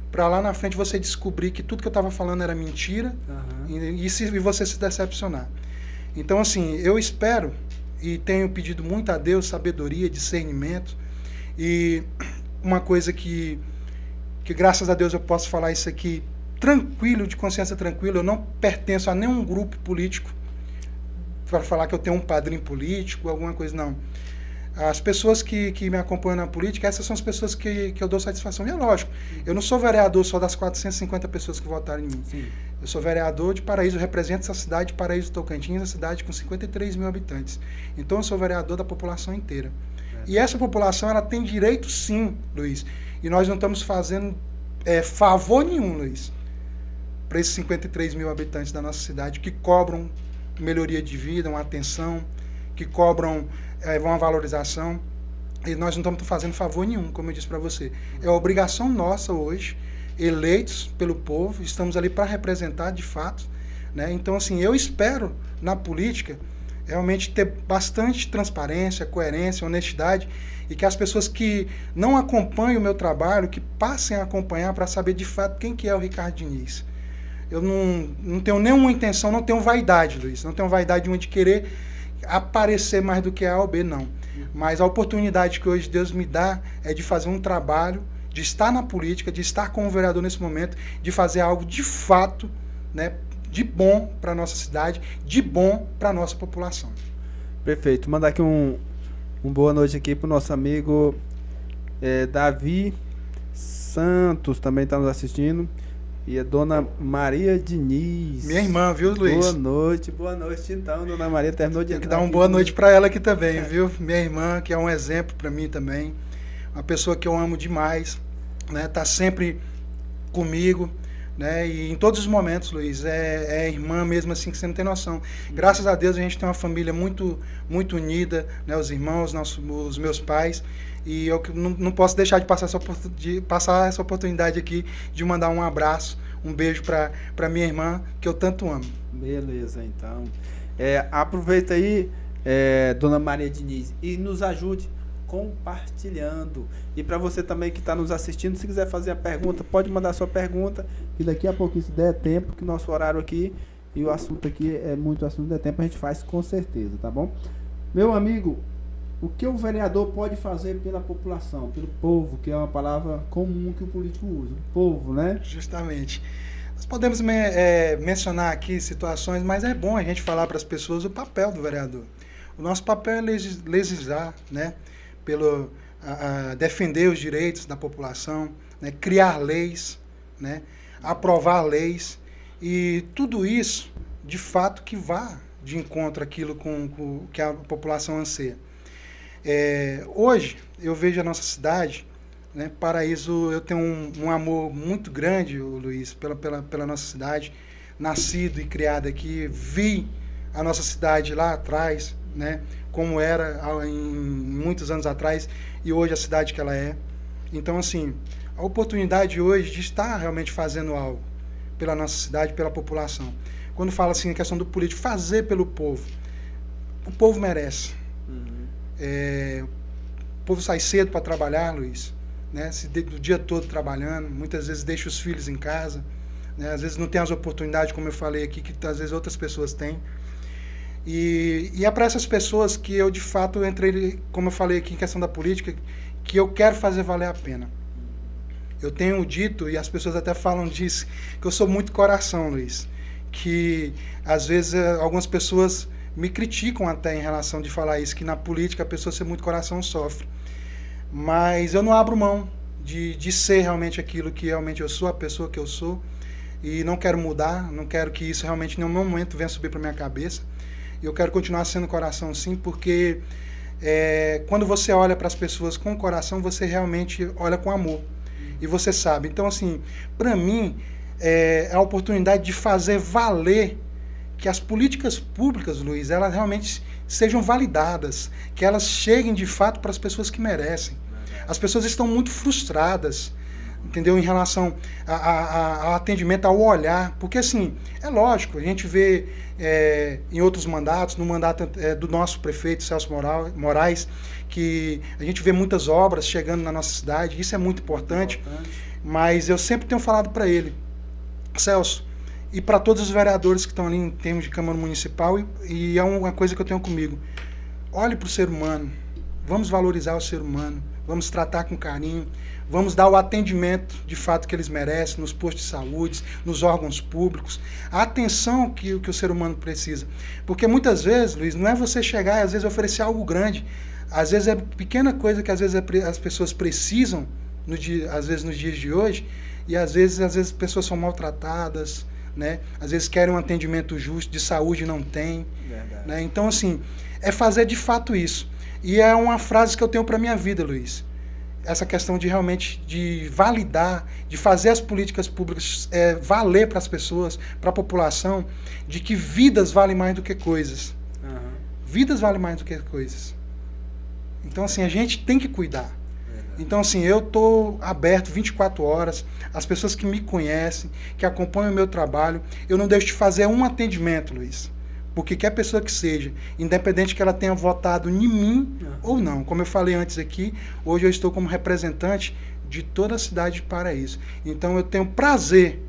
para lá na frente você descobrir que tudo que eu estava falando era mentira e você se decepcionar. Então, assim, eu espero e tenho pedido muito a Deus sabedoria, discernimento, e uma coisa que graças a Deus eu posso falar isso aqui tranquilo, de consciência tranquila. Eu não pertenço a nenhum grupo político para falar que eu tenho um padrinho político, alguma coisa, não. As pessoas que me acompanham na política, essas são as pessoas que eu dou satisfação. E é lógico, eu não sou vereador só das 450 pessoas que votaram em mim. Sim. Eu sou vereador de Paraíso, eu represento essa cidade de Paraíso Tocantins, a cidade com 53 mil habitantes. Então eu sou vereador da população inteira. E essa população, ela tem direito sim, Luiz. E nós não estamos fazendo favor nenhum, Luiz, para esses 53 mil habitantes da nossa cidade que cobram melhoria de vida, uma atenção, que cobram uma valorização. E nós não estamos fazendo favor nenhum, como eu disse para você. É obrigação nossa hoje, eleitos pelo povo, estamos ali para representar de fato, né? Então, assim, eu espero na política realmente ter bastante transparência, coerência, honestidade, e que as pessoas que não acompanham o meu trabalho, que passem a acompanhar para saber de fato quem que é o Ricardo Diniz. Eu não tenho nenhuma intenção, não tenho vaidade, Luiz, não tenho vaidade de querer aparecer mais do que A ou B, não. Mas a oportunidade que hoje Deus me dá é de fazer um trabalho, de estar na política, de estar como vereador nesse momento, de fazer algo de fato, né, de bom para a nossa cidade, de bom para a nossa população. Perfeito. Mandar aqui um boa noite aqui para o nosso amigo Davi Santos, também está nos assistindo. E a dona Maria Diniz. Minha irmã, viu, Luiz? Boa noite então, dona Maria terminou de entrar. Tem que dar uma boa noite para ela aqui também, viu? Minha irmã, que é um exemplo para mim também. Uma pessoa que eu amo demais, né? Tá sempre comigo, né? E em todos os momentos, Luiz, é irmã mesmo assim, que você não tem noção. Graças a Deus a gente tem uma família muito, muito unida, né? Os irmãos, os meus pais. E eu não posso deixar de passar essa oportunidade aqui de mandar um abraço, um beijo para minha irmã, que eu tanto amo. Beleza, então. Aproveita aí, dona Maria Diniz, e nos ajude compartilhando. E para você também que está nos assistindo, se quiser fazer a pergunta, pode mandar sua pergunta, e daqui a pouco, se der tempo, que nosso horário aqui e o assunto aqui é muito assunto, der tempo, a gente faz com certeza, tá bom? Meu amigo, o que o vereador pode fazer pela população, pelo povo, que é uma palavra comum que o político usa, o povo, né? Justamente. Nós podemos mencionar aqui situações, mas é bom a gente falar para as pessoas o papel do vereador. O nosso papel é legislar, né? Defender os direitos da população, né? Criar leis, né? Aprovar leis, e tudo isso, de fato, que vá de encontro àquilo com que a população anseia. Hoje, eu vejo a nossa cidade, né, Paraíso, eu tenho um amor muito grande, Luiz, pela nossa cidade, nascido e criado aqui, vi a nossa cidade lá atrás, né, como era em muitos anos atrás, e hoje a cidade que ela é. Então, assim, a oportunidade hoje de estar realmente fazendo algo pela nossa cidade, pela população. Quando fala assim a questão do político, fazer pelo povo, o povo merece. O povo sai cedo para trabalhar, Luiz, né? O dia todo trabalhando, muitas vezes deixa os filhos em casa, né? Às vezes não tem as oportunidades, como eu falei aqui, que às vezes outras pessoas têm. E é para essas pessoas que eu, de fato, entrei, como eu falei aqui em questão da política, que eu quero fazer valer a pena. Eu tenho dito, e as pessoas até falam disso, que eu sou muito coração, Luiz, que às vezes algumas pessoas me criticam até em relação de falar isso, que na política a pessoa ser muito coração sofre. Mas eu não abro mão de ser realmente aquilo que realmente eu sou, a pessoa que eu sou, e não quero mudar, não quero que isso realmente em nenhum momento venha subir para minha cabeça. Eu quero continuar sendo coração sim, porque quando você olha para as pessoas com coração, você realmente olha com amor, e você sabe. Então, assim, para mim, é a oportunidade de fazer valer que as políticas públicas, Luiz, elas realmente sejam validadas, que elas cheguem de fato para as pessoas que merecem. As pessoas estão muito frustradas, entendeu, em relação ao atendimento, ao olhar, porque assim, é lógico, a gente vê em outros mandatos, no mandato do nosso prefeito Celso Moraes, que a gente vê muitas obras chegando na nossa cidade, isso é muito importante. Mas eu sempre tenho falado para ele, Celso, e para todos os vereadores que estão ali em termos de Câmara Municipal, e é uma coisa que eu tenho comigo, olhe para o ser humano, vamos valorizar o ser humano, vamos tratar com carinho, vamos dar o atendimento de fato que eles merecem, nos postos de saúde, nos órgãos públicos, a atenção que o ser humano precisa. Porque muitas vezes, Luiz, não é você chegar e às vezes oferecer algo grande, às vezes é pequena coisa que às vezes as pessoas precisam, às vezes nos dias de hoje, e às vezes as pessoas são maltratadas, né? Às vezes querem um atendimento justo, de saúde não tem. Né? Então, assim, é fazer de fato isso. E é uma frase que eu tenho para a minha vida, Luiz. Essa questão de realmente de validar, de fazer as políticas públicas valer para as pessoas, para a população, de que vidas valem mais do que coisas. Uhum. Vidas valem mais do que coisas. Então, assim, a gente tem que cuidar. Então, assim, eu estou aberto 24 horas, as pessoas que me conhecem, que acompanham o meu trabalho, eu não deixo de fazer um atendimento, Luiz. Porque quer pessoa que seja, independente que ela tenha votado em mim ou não. Como eu falei antes aqui, hoje eu estou como representante de toda a cidade de Paraíso. Então eu tenho prazer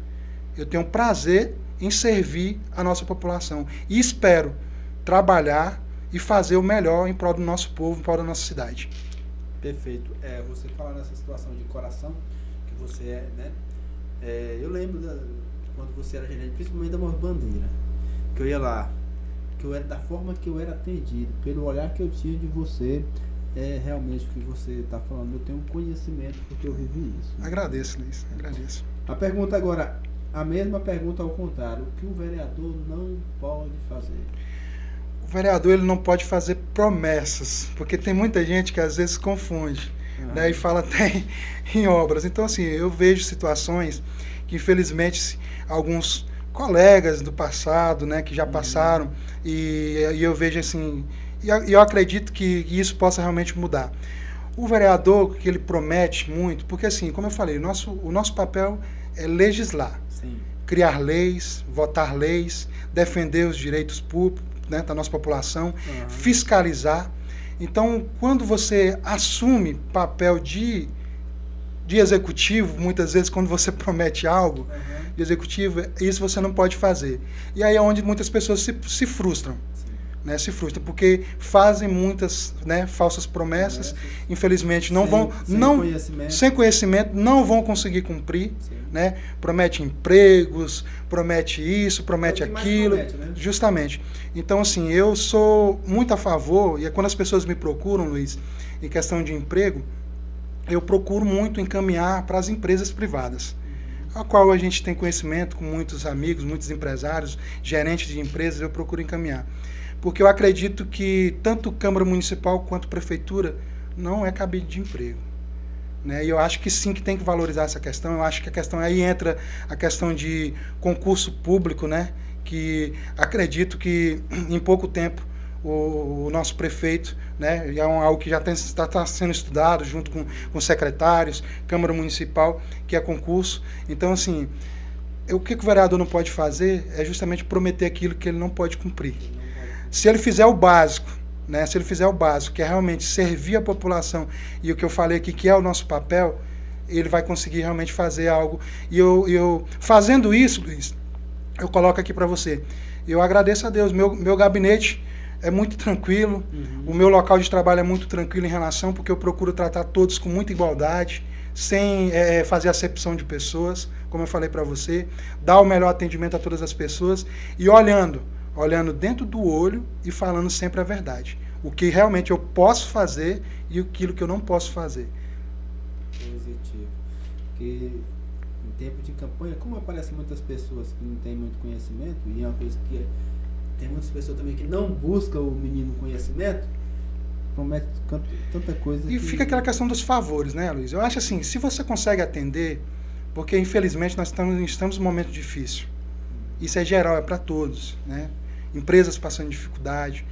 em servir a nossa população. E espero trabalhar e fazer o melhor em prol do nosso povo, em prol da nossa cidade. Perfeito. Você fala nessa situação de coração, que você é, né? Eu lembro quando você era gerente, principalmente da Bandeira, que eu ia lá, que eu era da forma que eu era atendido, pelo olhar que eu tinha de você, realmente o que você está falando, eu tenho conhecimento porque eu vivi isso. Agradeço, Luiz, agradeço. A pergunta agora, a mesma pergunta ao contrário, o que o vereador não pode fazer? O vereador ele não pode fazer promessas, porque tem muita gente que às vezes confunde, né, e fala até em obras. Então, assim, eu vejo situações que, infelizmente, alguns colegas do passado, né, que já passaram, e eu vejo assim, e eu acredito que isso possa realmente mudar. O vereador, que ele promete muito, porque assim, como eu falei, o nosso papel é legislar, sim, criar leis, votar leis, defender os direitos públicos, né, da nossa população, fiscalizar. Então, quando você assume papel de executivo, muitas vezes quando você promete algo de executivo, isso você não pode fazer. E aí é onde muitas pessoas se frustram. Né, se frustram, porque fazem muitas, né, falsas promessas, infelizmente sem conhecimento, não vão conseguir cumprir, né, promete empregos, promete isso, promete aquilo, promete, né? Justamente. Então, assim, eu sou muito a favor, e é quando as pessoas me procuram, Luiz, em questão de emprego, eu procuro muito encaminhar para as empresas privadas, a qual a gente tem conhecimento com muitos amigos, muitos empresários, gerentes de empresas, eu procuro encaminhar. Porque eu acredito que tanto Câmara Municipal quanto Prefeitura não é cabide de emprego. Né? E eu acho que sim, que tem que valorizar essa questão. Eu acho que a questão aí entra a questão de concurso público, né? Que acredito que em pouco tempo o nosso prefeito, né? É algo que já está sendo estudado junto com secretários, Câmara Municipal, que é concurso. Então, assim, o que o vereador não pode fazer é justamente prometer aquilo que ele não pode cumprir. Se ele fizer o básico, né, se ele fizer o básico, que é realmente servir a população, e o que eu falei aqui, que é o nosso papel, ele vai conseguir realmente fazer algo. E eu fazendo isso, Luiz, eu coloco aqui para você, eu agradeço a Deus, meu gabinete é muito tranquilo, o meu local de trabalho é muito tranquilo em relação, porque eu procuro tratar todos com muita igualdade, sem fazer acepção de pessoas, como eu falei para você, dar o melhor atendimento a todas as pessoas, e olhando dentro do olho e falando sempre a verdade. O que realmente eu posso fazer e aquilo que eu não posso fazer. Positivo. Porque em tempo de campanha, como aparecem muitas pessoas que não têm muito conhecimento, e é uma coisa que tem muitas pessoas também que não buscam o menino conhecimento, promete tanta coisa. E fica aquela questão dos favores, né, Luiz? Eu acho assim, se você consegue atender, porque infelizmente nós estamos num momento difícil. Isso é geral, é para todos, né? Empresas passando dificuldade,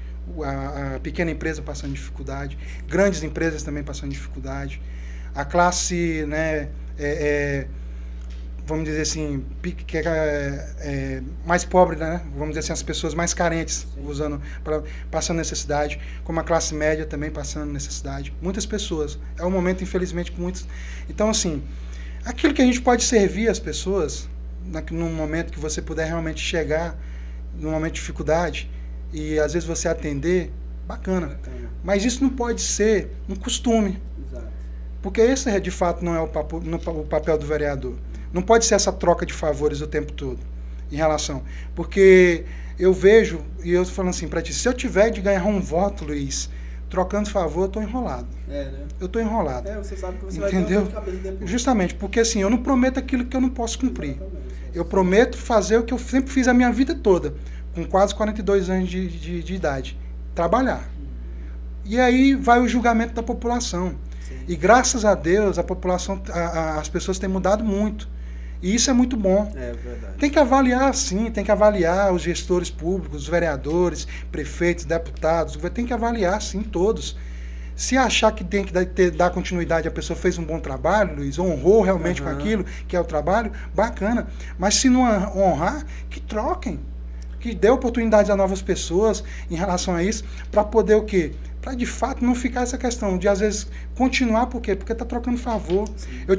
a pequena empresa passando dificuldade, grandes empresas também passando dificuldade, a classe, né, vamos dizer assim, mais pobre, né, vamos dizer assim, as pessoas mais carentes, passando necessidade, como a classe média também passando necessidade, muitas pessoas, é um momento infelizmente com muitos, então assim, aquilo que a gente pode servir as pessoas, num momento que você puder realmente chegar, num momento de dificuldade, e às vezes você atender, bacana. Mas isso não pode ser um costume. Exato. Porque esse, de fato, não é o papel do vereador. Não pode ser essa troca de favores o tempo todo, em relação. Porque eu vejo, e eu falando assim para ti, se eu tiver de ganhar um voto, Luiz, trocando favor, eu estou enrolado. Né? Eu estou enrolado. Você sabe que você entendeu? vai ter uma cabeça depois. Justamente, porque assim, eu não prometo aquilo que eu não posso cumprir. Exatamente. Eu prometo fazer o que eu sempre fiz a minha vida toda, com quase 42 anos de idade. Trabalhar. E aí vai o julgamento da população. Sim. E graças a Deus, a população, as pessoas têm mudado muito. E isso é muito bom. É verdade. Tem que avaliar, sim, tem que avaliar os gestores públicos, os vereadores, prefeitos, deputados, tem que avaliar, sim, todos. Se achar que tem que dar continuidade, a pessoa fez um bom trabalho, Luiz, honrou realmente com aquilo que é o trabalho, bacana. Mas se não honrar, que troquem. Que dê oportunidade a novas pessoas em relação a isso, para poder o quê? Para de fato não ficar essa questão de às vezes continuar, por quê? Porque está trocando favor.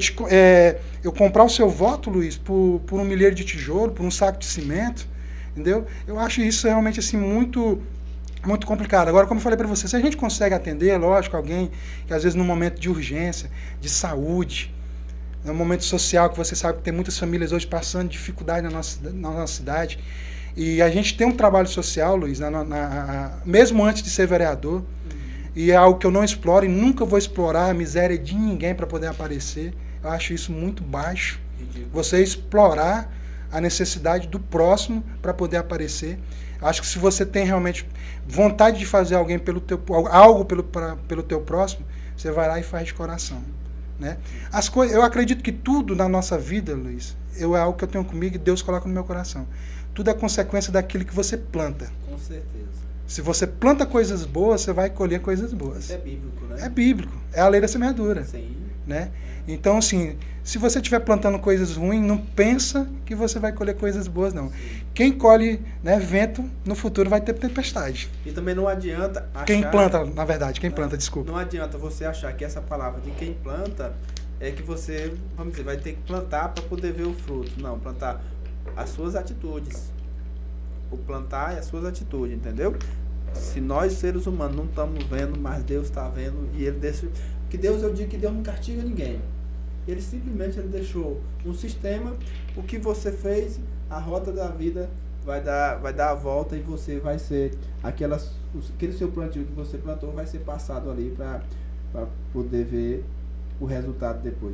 Eu comprar o seu voto, Luiz, por um milheiro de tijolo, por um saco de cimento, entendeu? Eu acho isso realmente assim muito complicado. Agora, como eu falei para você, se a gente consegue atender, lógico, alguém que às vezes num momento de urgência, de saúde, num momento social que você sabe que tem muitas famílias hoje passando dificuldade na nossa cidade, e a gente tem um trabalho social, Luiz, mesmo antes de ser vereador, e é algo que eu não exploro e nunca vou explorar a miséria de ninguém para poder aparecer. Eu acho isso muito baixo. Você explorar a necessidade do próximo para poder aparecer. Eu acho que se você tem realmente vontade de fazer algo pelo teu próximo, você vai lá e faz de coração. Né? Eu acredito que tudo na nossa vida, Luiz, é algo que eu tenho comigo e Deus coloca no meu coração. Tudo é consequência daquilo que você planta. Com certeza. Se você planta coisas boas, você vai colher coisas boas. Isso é bíblico, né? É bíblico. É a lei da semeadura. Sim. Né? Então, assim, se você estiver plantando coisas ruins, não pensa que você vai colher coisas boas, não. Sim. Quem colhe, né, vento, no futuro vai ter tempestade. E também não adianta achar... Quem planta, na verdade, desculpa. Não adianta você achar que essa palavra de quem planta é que você, vamos dizer, vai ter que plantar para poder ver o fruto. Não, plantar as suas atitudes. O plantar é as suas atitudes, entendeu? Se nós, seres humanos, não estamos vendo, mas Deus está vendo, e Ele deixa... Porque Deus, eu digo que Deus não castiga ninguém. Ele simplesmente deixou um sistema, o que você fez, a rota da vida vai dar a volta e você vai ser... Aquele seu plantio que você plantou vai ser passado ali para poder ver o resultado depois.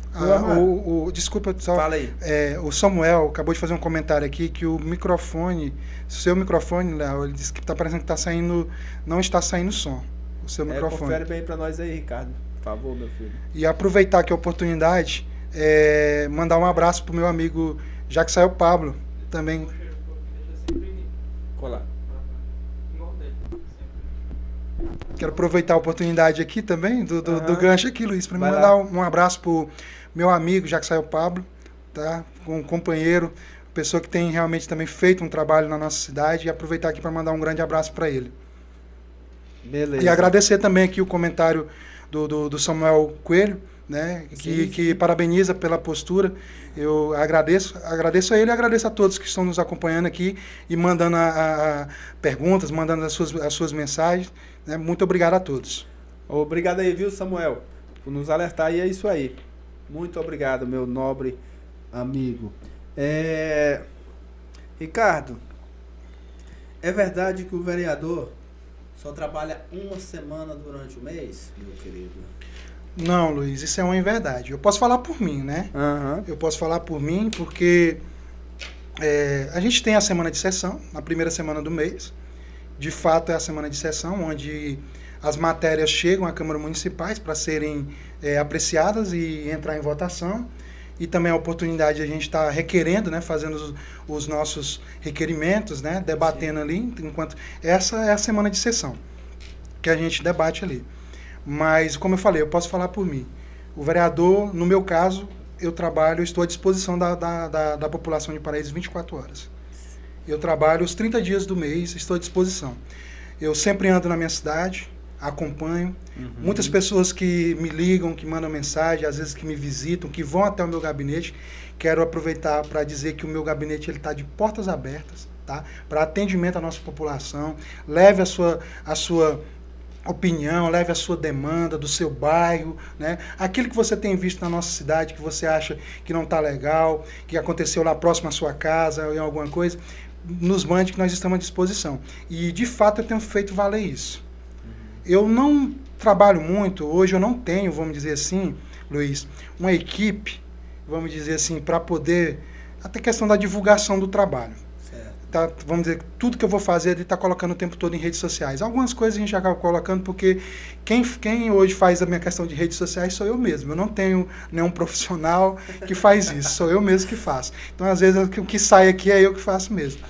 Desculpa, só, fala aí. O Samuel acabou de fazer um comentário aqui que o microfone, seu microfone, Léo, ele disse que está parecendo que não está saindo som. O seu microfone. Confere bem para nós aí, Ricardo. Por favor, meu filho. E aproveitar aqui a oportunidade, mandar um abraço pro meu amigo Jaxael Pablo, também. Colar. Quero aproveitar a oportunidade aqui também, do gancho aqui, Luiz, para me mandar um abraço pro meu amigo Jaxael Pablo, tá? Um companheiro, pessoa que tem realmente também feito um trabalho na nossa cidade, e aproveitar aqui para mandar um grande abraço para ele. Beleza. E agradecer também aqui o comentário do Samuel Coelho, né? Que parabeniza pela postura. Eu agradeço a ele e agradeço a todos que estão nos acompanhando aqui e mandando perguntas, mandando as suas mensagens. Né? Muito obrigado a todos. Obrigado aí, viu, Samuel, por nos alertar, e é isso aí. Muito obrigado, meu nobre amigo. Ricardo, é verdade que o vereador só trabalha uma semana durante o mês, meu querido? Não, Luiz, isso é uma inverdade. Eu posso falar por mim, né? Eu posso falar por mim porque a gente tem a semana de sessão, na primeira semana do mês. De fato, é a semana de sessão, onde as matérias chegam à Câmara Municipais para serem apreciadas e entrar em votação. E também a oportunidade de a gente estar requerendo, né, fazendo os nossos requerimentos, né, debatendo ali, enquanto essa é a semana de sessão que a gente debate ali. Mas, como eu falei, eu posso falar por mim. O vereador, no meu caso, eu estou à disposição da população de Paraíso 24 horas. Eu trabalho os 30 dias do mês, estou à disposição. Eu sempre ando na minha cidade, acompanho. Muitas pessoas que me ligam, que mandam mensagem, às vezes que me visitam, que vão até o meu gabinete. Quero aproveitar para dizer que o meu gabinete está de portas abertas, tá? Para atendimento à nossa população. Leve a sua opinião, leve a sua demanda do seu bairro, né? Aquilo que você tem visto na nossa cidade, que você acha que não está legal, que aconteceu lá próximo à sua casa ou em alguma coisa, nos mande que nós estamos à disposição. E, de fato, eu tenho feito valer isso. Eu não trabalho muito, hoje eu não tenho, vamos dizer assim, Luiz, uma equipe, vamos dizer assim, para poder, até questão da divulgação do trabalho. Tá, vamos dizer, tudo que eu vou fazer ele está colocando o tempo todo em redes sociais. Algumas coisas a gente acaba colocando porque quem hoje faz a minha questão de redes sociais sou eu mesmo. Eu não tenho nenhum profissional que faz isso, sou eu mesmo que faço. Então, às vezes, o que sai aqui é eu que faço mesmo.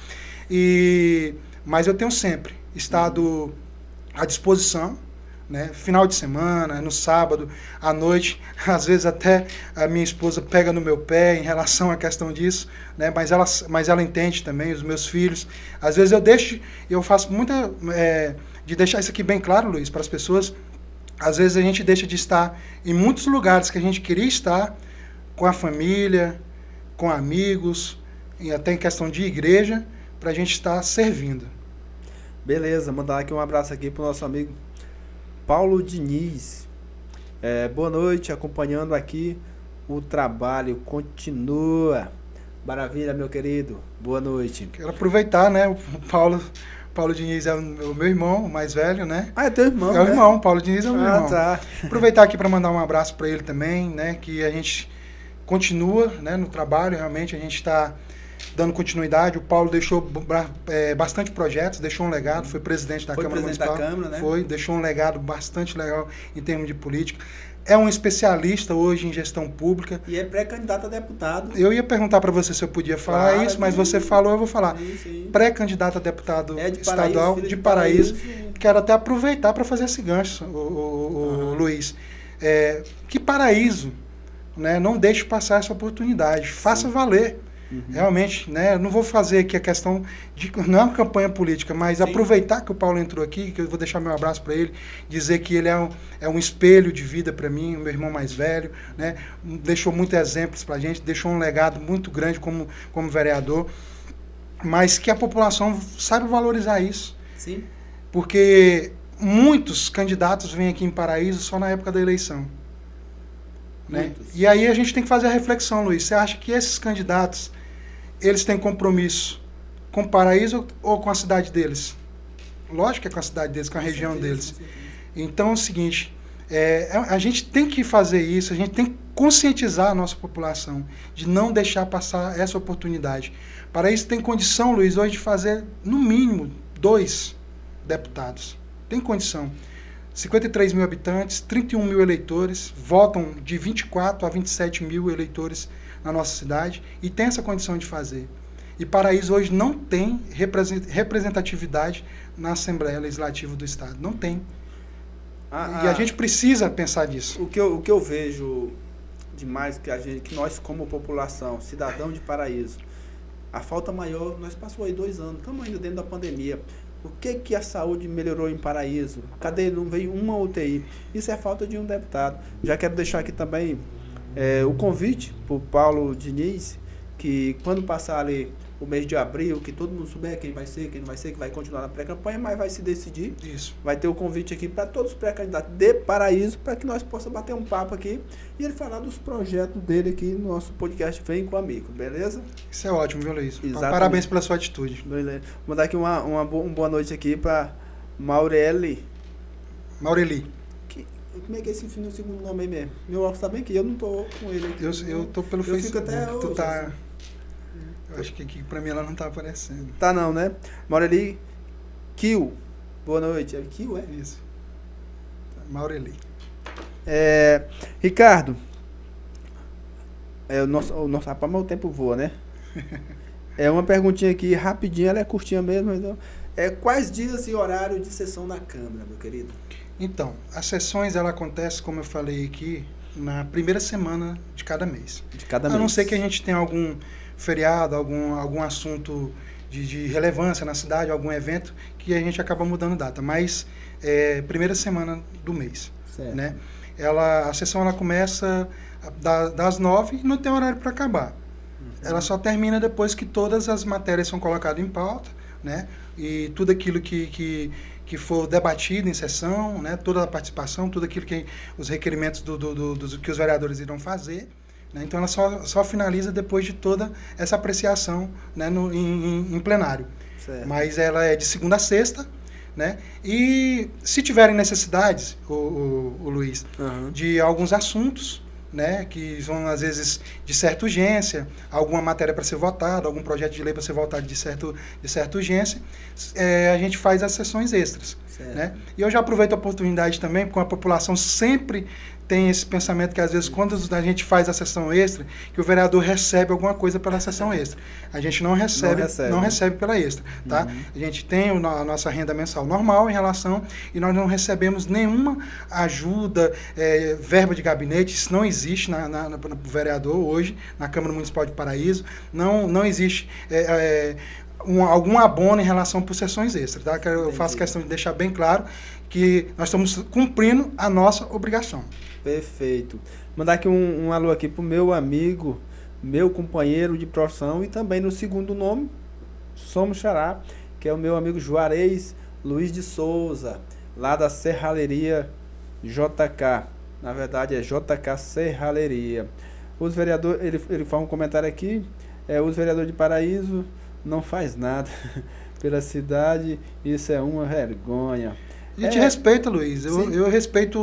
Mas eu tenho sempre estado à disposição, né? Final de semana, no sábado, à noite, às vezes até a minha esposa pega no meu pé em relação à questão disso, né? Mas ela entende também, os meus filhos. Às vezes eu faço muita... de deixar isso aqui bem claro, Luiz, para as pessoas. Às vezes a gente deixa de estar em muitos lugares que a gente queria estar, com a família, com amigos, e até em questão de igreja, para a gente estar servindo. Beleza, mandar aqui um abraço aqui para o nosso amigo Paulo Diniz. Boa noite, acompanhando aqui o trabalho. Continua. Maravilha, meu querido. Boa noite. Quero aproveitar, né? O Paulo Diniz é o meu irmão, o mais velho, né? Ah, é teu irmão, É o irmão, Paulo Diniz é o meu irmão. Tá. Aproveitar aqui para mandar um abraço para ele também, né? Que a gente continua, né, no trabalho, realmente a gente está dando continuidade. O Paulo deixou bastante projetos, deixou um legado, foi presidente da Câmara Municipal. Né? Deixou um legado bastante legal em termos de política. É um especialista hoje em gestão pública. E é pré-candidato a deputado. Eu ia perguntar para você se eu podia falar isso, mas você falou, eu vou falar. Sim. Pré-candidato a deputado de estadual Paraíso, de Paraíso. Sim. Quero até aproveitar para fazer esse gancho, Luiz. Que Paraíso, né, não deixe passar essa oportunidade. Faça valer. Realmente, né? Eu não vou fazer aqui a questão de... Não é uma campanha política, mas aproveitar que o Paulo entrou aqui, que eu vou deixar meu abraço para ele, dizer que ele é um espelho de vida para mim, o meu irmão mais velho, né? Deixou muitos exemplos para a gente, deixou um legado muito grande como vereador, mas que a população saiba valorizar isso. Sim. Porque muitos candidatos vêm aqui em Paraíso só na época da eleição. Né? E aí a gente tem que fazer a reflexão, Luiz. Você acha que esses candidatos, eles têm compromisso com Paraíso ou com a cidade deles? Lógico que é com a cidade deles, com a região deles. Então é o seguinte, a gente tem que fazer isso, a gente tem que conscientizar a nossa população de não deixar passar essa oportunidade. Paraíso tem condição, Luiz, hoje de fazer no mínimo 2 deputados. Tem condição. 53 mil habitantes, 31 mil eleitores, votam de 24 a 27 mil eleitores na nossa cidade e tem essa condição de fazer. E Paraíso hoje não tem representatividade na Assembleia Legislativa do Estado. Não tem. E a gente precisa pensar nisso. O que eu vejo demais, que nós como população, cidadão de Paraíso, a falta maior, nós passamos aí 2 anos, estamos ainda dentro da pandemia. O que a saúde melhorou em Paraíso? Cadê? Não veio uma UTI. Isso é falta de um deputado. Já quero deixar aqui também o convite para o Paulo Diniz, que quando passar ali o mês de abril, que todo mundo souber quem vai ser, quem não vai ser, que vai continuar na pré-campanha, mas vai se decidir. Isso. Vai ter o convite aqui para todos os pré-candidatos de Paraíso, para que nós possamos bater um papo aqui e ele falar dos projetos dele aqui no nosso podcast Vem com Amigo, beleza? Isso é ótimo, viu, Luiz? Exatamente. Parabéns pela sua atitude. Beleza. Vou dar aqui uma boa noite aqui para Maureli. Como é que é esse segundo nome aí mesmo? Meu óculos tá bem aqui, eu não tô com ele aqui. Eu tô pelo Facebook. Até tu hoje, tá... assim. Eu acho que aqui pra mim ela não tá aparecendo. Tá não, né? Maureli Kiel. Boa noite. É Kiel, é? Isso. Maureli. Ricardo. Rapaz, mas o tempo voa, né? Uma perguntinha aqui, rapidinho, ela é curtinha mesmo. Então, quais dias e horário de sessão da Câmara, meu querido? Então, as sessões, ela acontece, como eu falei aqui, na primeira semana de cada mês. De cada mês. A não ser que a gente tenha algum feriado, algum assunto de relevância na cidade, algum evento, que a gente acaba mudando data. Mas primeira semana do mês. Certo. Né? A sessão ela começa das 9 e não tem horário para acabar. Ela só termina depois que todas as matérias são colocadas em pauta, né? E tudo aquilo que for debatido em sessão, né? Toda a participação, tudo aquilo que os requerimentos que os vereadores irão fazer. Né? Então ela só finaliza depois de toda essa apreciação, né? em plenário. Certo. Mas ela é de segunda a sexta, né? E se tiverem necessidades, o Luiz, de alguns assuntos, né, que são às vezes de certa urgência, alguma matéria para ser votada, algum projeto de lei para ser votado de certa urgência, a gente faz as sessões extras. Né? E eu já aproveito a oportunidade também, porque a população sempre tem esse pensamento que às vezes quando a gente faz a sessão extra, que o vereador recebe alguma coisa pela sessão extra. A gente não recebe pela extra. Tá? A gente tem a nossa renda mensal normal em relação, e nós não recebemos nenhuma ajuda, verba de gabinete, isso não existe no vereador hoje, na Câmara Municipal de Paraíso, não existe algum abono em relação por sessões extras. Tá? Eu faço questão de deixar bem claro que nós estamos cumprindo a nossa obrigação. Perfeito. Mandar aqui um alô aqui pro meu amigo, meu companheiro de profissão e também no segundo nome, somos xará, que é o meu amigo Juarez Luiz de Souza, lá da Serralheria JK. Na verdade é JK Serralheria. Os vereadores, ele faz um comentário aqui, os vereadores de Paraíso não faz nada pela cidade, isso é uma vergonha. A gente respeita, Luiz, eu respeito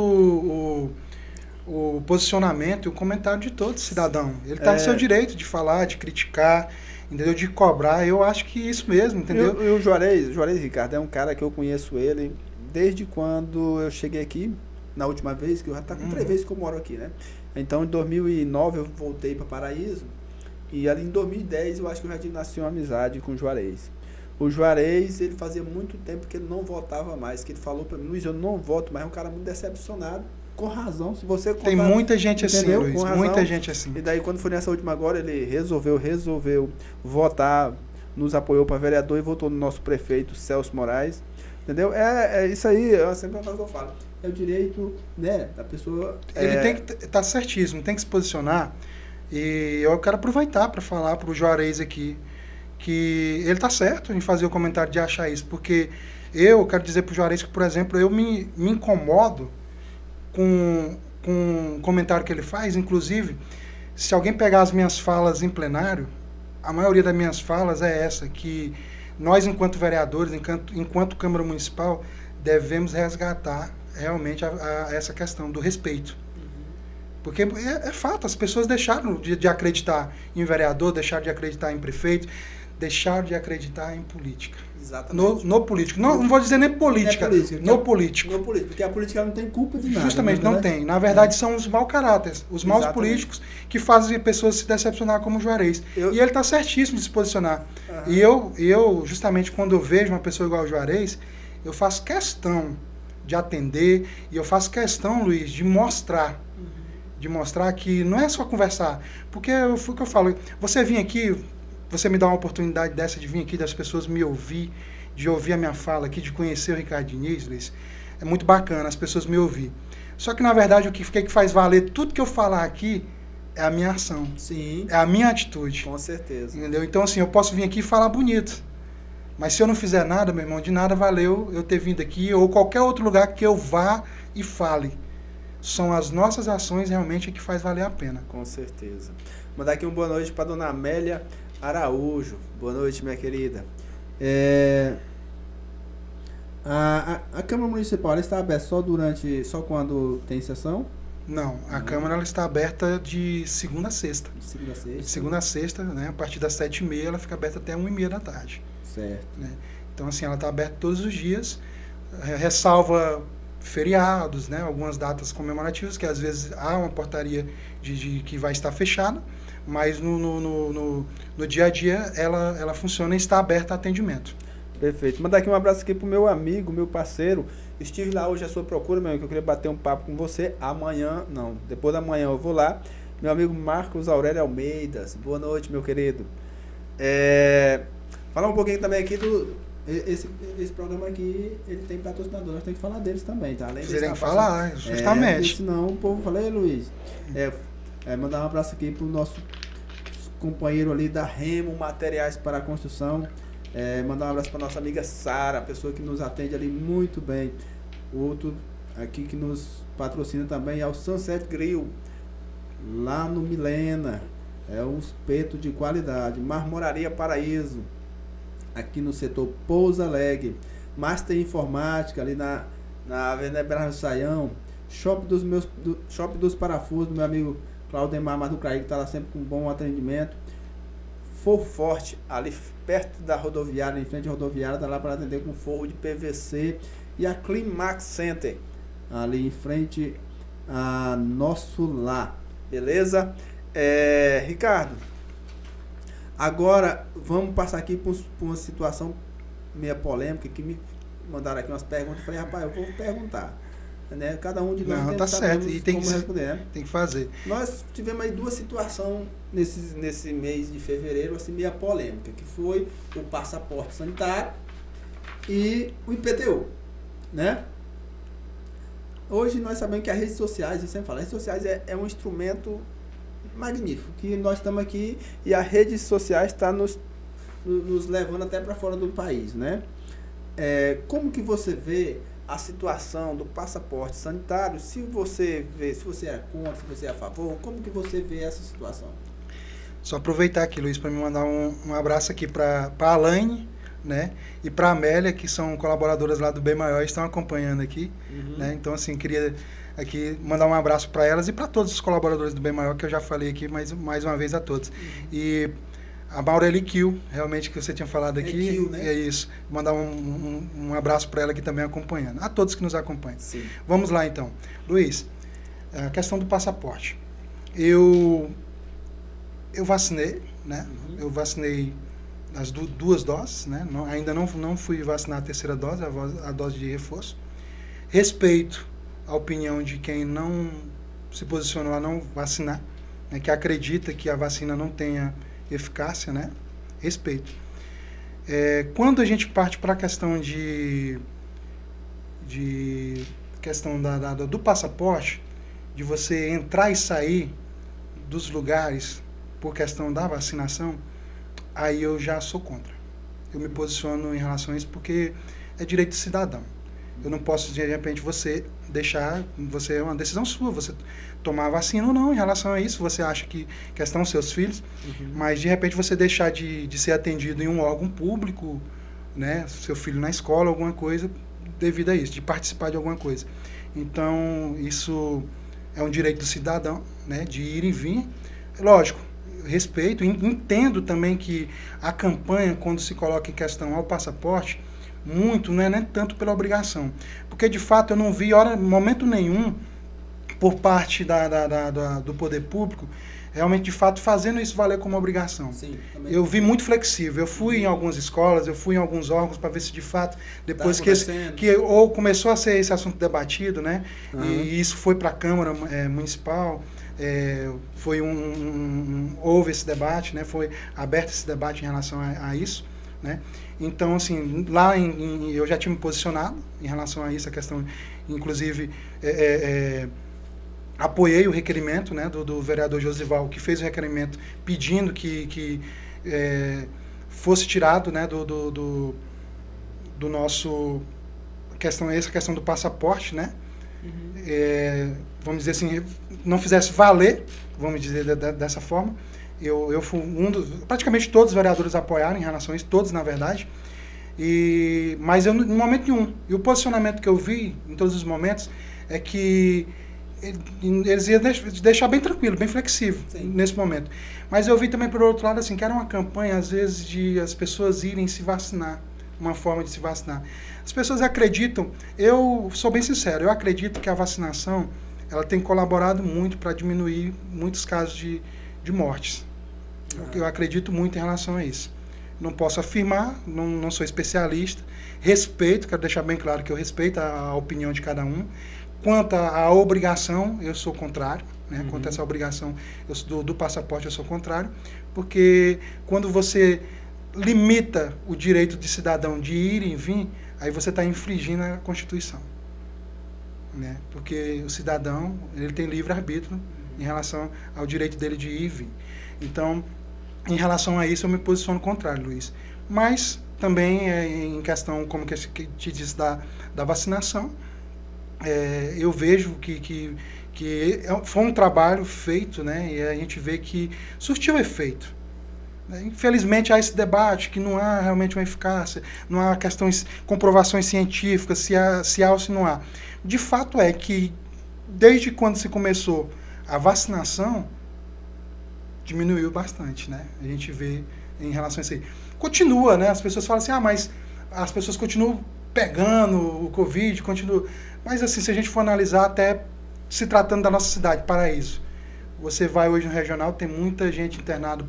o posicionamento e o comentário de todo cidadão. Ele está no seu direito de falar, de criticar, entendeu? De cobrar. Eu acho que isso mesmo, entendeu? E o Juarez Ricardo é um cara que eu conheço ele desde quando eu cheguei aqui, na última vez, que eu já está com 3 vezes que eu moro aqui, né? Então, em 2009, eu voltei para Paraíso, e ali em 2010, eu acho que eu já tinha nascido uma amizade com o Juarez. O Juarez, ele fazia muito tempo que ele não votava mais, que ele falou para mim, Luiz, eu não voto, mas é um cara muito decepcionado. Com razão, se você contar, tem muita gente entendeu? Assim, Luiz, muita gente assim. E daí quando foi nessa última agora, ele resolveu votar, nos apoiou para vereador e votou no nosso prefeito Celso Moraes, entendeu? Isso aí, é sempre uma coisa que eu falo, é o direito, né, da pessoa. Ele tem que estar certíssimo, tem que se posicionar, e eu quero aproveitar para falar para o Juarez aqui, que ele está certo em fazer o comentário de achar isso, porque eu quero dizer para o Juarez que, por exemplo, eu me incomodo com um comentário que ele faz. Inclusive, se alguém pegar as minhas falas em plenário, a maioria das minhas falas é essa, que nós, enquanto vereadores, enquanto Câmara Municipal, devemos resgatar realmente essa questão do respeito. Porque é fato, as pessoas deixaram de acreditar em vereador, deixaram de acreditar em prefeito, deixaram de acreditar em política. Exatamente. No político. Não vou dizer nem política, no político. No político, porque a política não tem culpa de nada. Justamente, não tem. Na verdade, são os maus caráteres, os maus políticos que fazem pessoas se decepcionar como o Juarez. E ele está certíssimo de se posicionar. E eu, justamente, quando eu vejo uma pessoa igual ao Juarez, eu faço questão de atender, e eu faço questão, Luiz, de mostrar que não é só conversar. Porque foi o que eu falo, você vir aqui, você me dá uma oportunidade dessa de vir aqui, das pessoas me ouvir, de ouvir a minha fala aqui, de conhecer o Ricardo Diniz, Luiz, é muito bacana as pessoas me ouvir. Só que, na verdade, o que faz valer tudo que eu falar aqui é a minha ação. Sim. É a minha atitude. Com certeza. Entendeu? Então, assim, eu posso vir aqui e falar bonito. Mas se eu não fizer nada, meu irmão, de nada valeu eu ter vindo aqui ou qualquer outro lugar que eu vá e fale. São as nossas ações realmente que faz valer a pena. Com certeza. Mandar aqui uma boa noite para dona Amélia Araújo. Boa noite, minha querida. A Câmara Municipal está aberta só quando tem sessão? Não, a Câmara ela está aberta de segunda a sexta. De segunda a sexta, né? A partir das 7h30 ela fica aberta até 1h30 da tarde. Certo. Né? Então, assim, ela está aberta todos os dias, ressalva feriados, né? Algumas datas comemorativas, que às vezes há uma portaria de que vai estar fechada, mas no dia a dia ela funciona e está aberta a atendimento. Perfeito. Mandar aqui um abraço aqui pro meu amigo, meu parceiro. Estive lá hoje à sua procura, meu amigo, que eu queria bater um papo com você. Depois da manhã eu vou lá. Meu amigo Marcos Aurélio Almeida. Boa noite, meu querido. Falar um pouquinho também aqui esse programa aqui, ele tem patrocinador, nós temos que falar deles também, tá? Além Você tem que falar, justamente. Senão o povo fala, ei, Luiz, mandar um abraço aqui pro nosso companheiro ali da Remo Materiais para a Construção. Mandar um abraço para nossa amiga Sara, a pessoa que nos atende ali muito bem. Outro aqui que nos patrocina também é o Sunset Grill, lá no Milena. É um espeto de qualidade. Marmoraria Paraíso, aqui no setor Pouso Alegre. Master Informática, ali na Avenida Brás do Saião. Shopping dos Parafusos, do meu amigo Claudemar Maducaí, que está lá sempre com bom atendimento. For Forte, ali perto da rodoviária, em frente à rodoviária, está lá para atender com forro de PVC. E a Climax Center, ali em frente a Nosso Lar. Beleza? Ricardo, agora vamos passar aqui por uma situação meio polêmica, que me mandaram aqui umas perguntas. Eu falei, rapaz, eu vou perguntar, né? Cada um de nós tem que saber e tem que responder, né? Tem que fazer. Nós tivemos aí duas situações nesse mês de fevereiro, assim, meio polêmica, que foi o passaporte sanitário e o IPTU, né? Hoje nós sabemos que as redes sociais, eu sempre falo, as redes sociais é um instrumento magnífico, que nós estamos aqui e as redes sociais estão nos levando até para fora do país, né? Como que você vê a situação do passaporte sanitário? Se você é contra, se você é a favor, como que você vê essa situação? Só aproveitar aqui, Luiz, para me mandar um abraço aqui para a Alaine, né? E para a Amélia, que são colaboradoras lá do Bem Maior, estão acompanhando aqui, né? Então, assim, queria aqui mandar um abraço para elas e para todos os colaboradores do Bem Maior, que eu já falei aqui mais uma vez a todos. E a Maureli Kiel, realmente, que você tinha falado aqui, Kiel, né? É isso. Mandar um abraço para ela aqui também acompanhando. A todos que nos acompanham. Sim. Vamos lá, então. Luiz, a questão do passaporte. Eu vacinei, né? Eu vacinei as duas doses, né? Ainda não fui vacinar a terceira dose, a dose de reforço. Respeito a opinião de quem não se posicionou a não vacinar, né? Que acredita que a vacina não tenha eficácia, né? Respeito. Quando a gente parte para a questão questão do passaporte, de você entrar e sair dos lugares por questão da vacinação, aí eu já sou contra. Eu me posiciono em relação a isso porque é direito do cidadão. Eu não posso, de repente, é uma decisão sua, você tomar a vacina ou não em relação a isso. Você acha que questão seus filhos, mas de repente você deixar de ser atendido em um órgão público, né, seu filho na escola, alguma coisa devido a isso, de participar de alguma coisa. Então, isso é um direito do cidadão, né, de ir e vir. Lógico, respeito, entendo também que a campanha, quando se coloca em questão ao passaporte, muito, não é nem tanto pela obrigação, porque de fato eu não vi momento nenhum por parte do poder público realmente de fato fazendo isso valer como obrigação. Sim, eu vi muito flexível, eu fui em algumas escolas, eu fui em alguns órgãos para ver se de fato depois ou começou a ser esse assunto debatido, né? E isso foi para a Câmara Municipal. Houve esse debate, né? Foi aberto esse debate em relação a isso, né? Então, assim, lá eu já tinha me posicionado em relação a isso, a questão, inclusive, apoiei o requerimento, né, do vereador Josival, que fez o requerimento pedindo que fosse tirado, né, do nosso essa questão do passaporte, né? Vamos dizer assim, não fizesse valer, vamos dizer dessa forma. Eu fui praticamente todos os vereadores apoiaram em relação a isso, todos na verdade, mas eu, em momento nenhum, e o posicionamento que eu vi em todos os momentos é que eles iam deixar bem tranquilo, bem flexível. Sim. Nesse momento. Mas eu vi também por outro lado assim, que era uma campanha às vezes de as pessoas irem se vacinar, uma forma de se vacinar. As pessoas acreditam, eu sou bem sincero, eu acredito que a vacinação ela tem colaborado muito para diminuir muitos casos de mortes. Eu acredito muito em relação a isso. Não posso afirmar, não sou especialista, respeito, quero deixar bem claro que eu respeito a opinião de cada um. Quanto à obrigação, eu sou contrário, né? Quanto a essa obrigação do passaporte, eu sou contrário, porque quando você limita o direito de cidadão de ir e vir, aí você está infringindo a Constituição. Né? Porque o cidadão ele tem livre-arbítrio em relação ao direito dele de ir e vir. Então, em relação a isso, eu me posiciono contrário, Luiz. Mas também em questão, como que eu te disse, da vacinação, eu vejo que foi um trabalho feito, né? E a gente vê que surtiu efeito. Infelizmente há esse debate que não há realmente uma eficácia, não há questões, comprovações científicas, se há ou se não há. De fato é que desde quando se começou a vacinação, diminuiu bastante, né? A gente vê em relação a isso aí. Continua, né? As pessoas falam assim, mas as pessoas continuam pegando o Covid, continuam. Mas assim, se a gente for analisar, até se tratando da nossa cidade, Paraíso, você vai hoje no regional, tem muita gente internada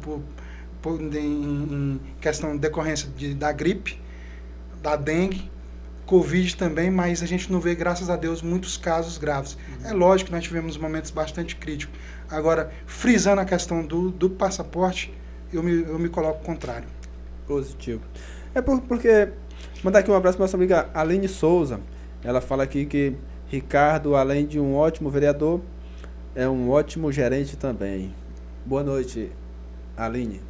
em questão de decorrência da gripe, da dengue, Covid também, mas a gente não vê, graças a Deus, muitos casos graves. É lógico que nós tivemos momentos bastante críticos. Agora, frisando a questão do passaporte, eu me coloco contrário. Positivo. Porque, mandar aqui um abraço para nossa amiga Aline Souza. Ela fala aqui que Ricardo, além de um ótimo vereador, é um ótimo gerente também. Boa noite, Aline.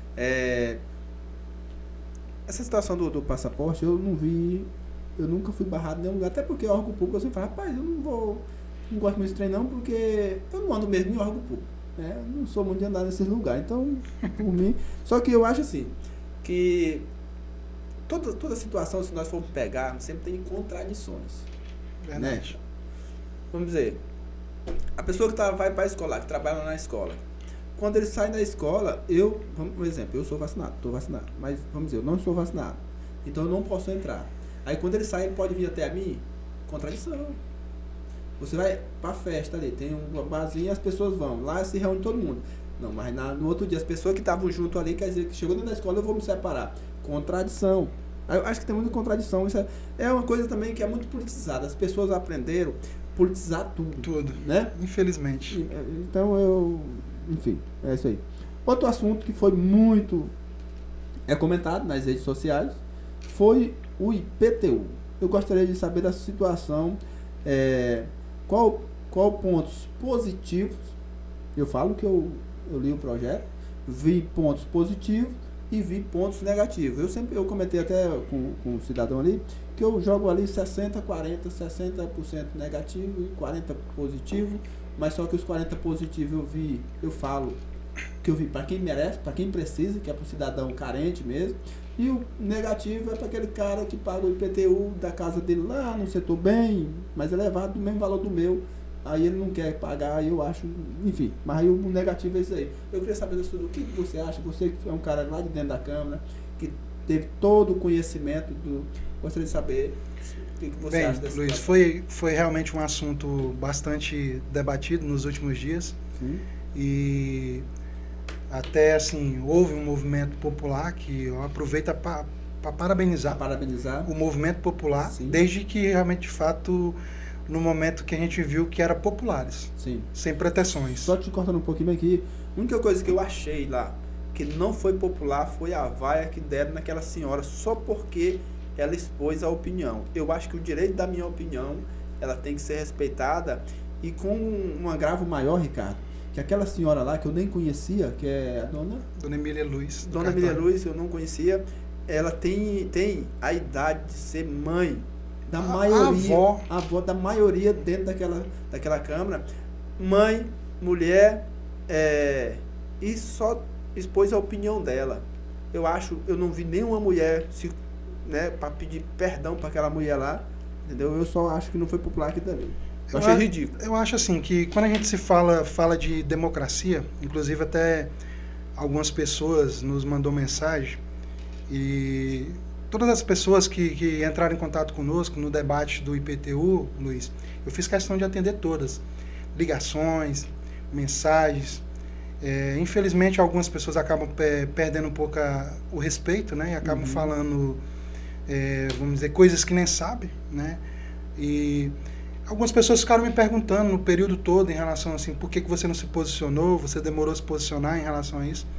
Essa situação do passaporte, eu nunca fui barrado em nenhum lugar, até porque órgão público, eu sempre falo, rapaz, eu não gosto muito de trem não, porque eu não ando mesmo em órgão público, né? Eu não sou muito de andar nesses lugares, então, por mim, só que eu acho assim, que toda situação, se nós formos pegar, sempre tem contradições. Verdade. Né? Vamos dizer, a pessoa que vai para a escola, que trabalha na escola, quando ele sai da escola, por exemplo, eu sou vacinado, estou vacinado, mas vamos dizer, eu não sou vacinado, então eu não posso entrar. Aí quando ele sai, ele pode vir até a mim? Contradição. Você vai pra festa ali, tem um barzinho, as pessoas vão, lá se reúne todo mundo. Não, mas no outro dia, as pessoas que estavam junto ali, quer dizer, que chegou dentro da escola, eu vou me separar. Contradição. Eu acho que tem muita contradição. Isso é uma coisa também que é muito politizada. As pessoas aprenderam a politizar tudo. Tudo, né? Infelizmente. Então enfim, é isso aí. Outro assunto que foi muito comentado nas redes sociais foi o IPTU. Eu gostaria de saber da situação, qual pontos positivos. Eu falo que eu li o projeto, vi pontos positivos e vi pontos negativos. Eu comentei até com um cidadão ali, que eu jogo ali 60%, 40%, 60% negativo e 40% positivo, mas só que os 40% positivos eu falo que eu vi para quem merece, para quem precisa, que é para o cidadão carente mesmo, e o negativo é para aquele cara que paga o IPTU da casa dele lá no setor bem, mas elevado, do mesmo valor do meu, aí ele não quer pagar, eu acho, enfim, mas aí o negativo é isso aí. Eu queria saber disso tudo, o que você acha, você que é um cara lá de dentro da Câmara, que teve todo o conhecimento gostaria de saber o que você acha dessa Luiz, foi realmente um assunto bastante debatido nos últimos dias. Sim. E até assim, houve um movimento popular que eu aproveito para parabenizar o movimento popular. Sim. Desde que realmente, de fato, no momento que a gente viu que era populares. Sim. Sem pretensões. Só te cortando um pouquinho aqui, a única coisa que eu achei lá que não foi popular foi a vaia que deram naquela senhora só porque ela expôs a opinião. Eu acho que o direito da minha opinião, ela tem que ser respeitada, e com um agravo maior, Ricardo, que aquela senhora lá, que eu nem conhecia, que é a Dona Emília Luz. Dona Emília Luz, eu não conhecia, ela tem a idade de ser mãe da maioria, a avó da maioria dentro daquela Câmara, mãe, mulher, e só expôs a opinião dela. Eu não vi nenhuma mulher para pedir perdão para aquela mulher lá, entendeu? Eu só acho que não foi popular aqui dali. Eu achei ridículo. Eu acho assim, que quando a gente se fala de democracia, inclusive até algumas pessoas nos mandou mensagem, e todas as pessoas que entraram em contato conosco no debate do IPTU, Luiz, eu fiz questão de atender todas. Ligações, mensagens. Infelizmente, algumas pessoas acabam perdendo um pouco o respeito, né? E acabam falando, vamos dizer, coisas que nem sabem, né? E algumas pessoas ficaram me perguntando no período todo em relação assim, por que você não se posicionou, você demorou a se posicionar em relação a isso.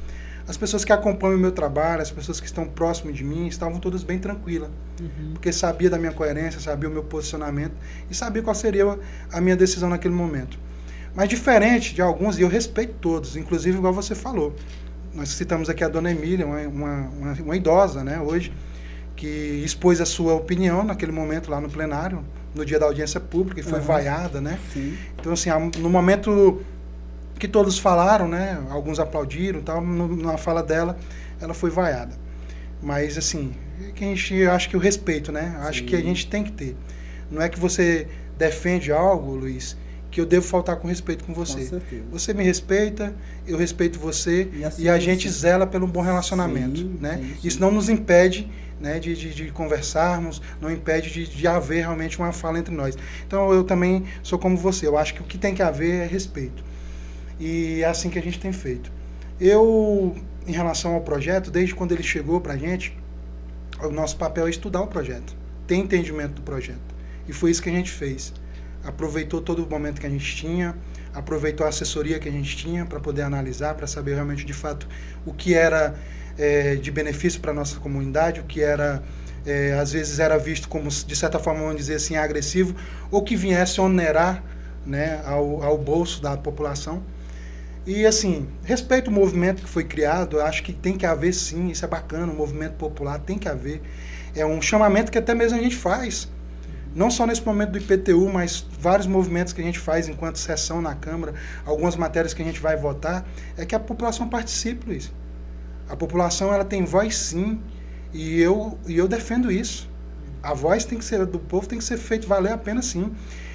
as pessoas que acompanham o meu trabalho, as pessoas que estão próximas de mim, estavam todas bem tranquilas. Porque sabia da minha coerência, sabia o meu posicionamento e sabia qual seria a minha decisão naquele momento. Mas diferente de alguns, e eu respeito todos, inclusive igual você falou. Nós citamos aqui a dona Emília, uma idosa, né, hoje, que expôs a sua opinião naquele momento lá no plenário, no dia da audiência pública, e foi vaiada, né? Sim. Então, assim, no momento que todos falaram, né, alguns aplaudiram, tal, na fala dela, ela foi vaiada. Mas, assim, eu acho que o respeito, né? Acho que a gente tem que ter. Não é que você defende algo, Luiz, que eu devo faltar com respeito com você. Com certeza. Você me respeita, eu respeito você, e a gente zela pelo bom relacionamento, né? Sim. Isso não nos impede, né, de conversarmos, não impede de haver realmente uma fala entre nós. Então eu também sou como você, eu acho que o que tem que haver é respeito. E é assim que a gente tem feito. Eu, em relação ao projeto, desde quando ele chegou pra gente, o nosso papel é estudar o projeto, ter entendimento do projeto. E foi isso que a gente fez. Aproveitou todo o momento que a gente tinha, aproveitou a assessoria que a gente tinha para poder analisar, para saber realmente de fato o que era de benefício para a nossa comunidade, o que era, às vezes era visto como, de certa forma, vamos dizer assim, agressivo, ou que viesse onerar, né, ao bolso da população. E assim, respeito o movimento que foi criado, acho que tem que haver sim, isso é bacana, o movimento popular tem que haver. É um chamamento que até mesmo a gente faz. Não só nesse momento do IPTU, mas vários movimentos que a gente faz enquanto sessão na Câmara, algumas matérias que a gente vai votar, é que a população participe, Luiz. A população, ela tem voz sim, e eu defendo isso. A voz tem que ser do povo, tem que ser feito valer a pena sim.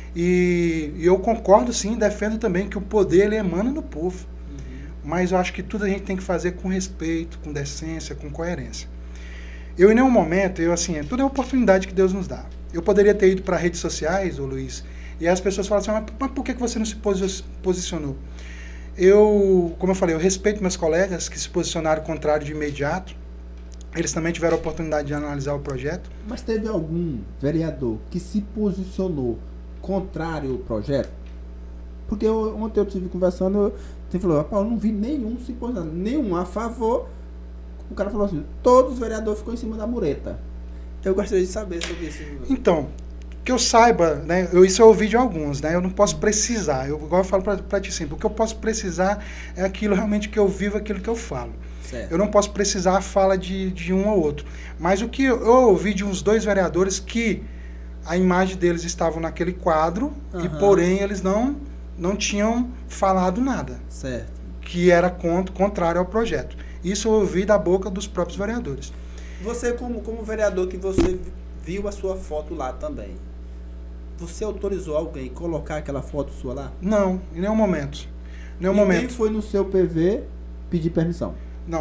E eu concordo sim, defendo também que o poder ele emana do povo. Mas eu acho que tudo a gente tem que fazer com respeito, com decência, com coerência. Eu em nenhum momento, tudo é oportunidade que Deus nos dá. Eu poderia ter ido para redes sociais, ô Luiz, e as pessoas falam assim, mas por que você não se posicionou? Como eu falei, eu respeito meus colegas que se posicionaram contrário de imediato. Eles também tiveram a oportunidade de analisar o projeto. Mas teve algum vereador que se posicionou contrário ao projeto? Porque ontem eu estive conversando, você falou, eu não vi nenhum se posicionando, nenhum a favor. O cara falou assim, todos os vereadores ficam em cima da mureta. Eu gostaria de saber sobre isso. Então, que eu saiba, né, isso eu ouvi de alguns, né, eu não posso precisar, igual eu falo para ti sempre, o que eu posso precisar é aquilo realmente que eu vivo, aquilo que eu falo. Certo. Eu não posso precisar a fala de um ou outro. Mas o que eu ouvi de uns 2 vereadores que a imagem deles estava naquele quadro, e porém eles não tinham falado nada. Certo. Que era contrário ao projeto. Isso eu ouvi da boca dos próprios vereadores. Você, como vereador, que você viu a sua foto lá também, você autorizou alguém a colocar aquela foto sua lá? Não, em nenhum momento. Ninguém foi no seu PV pedir permissão?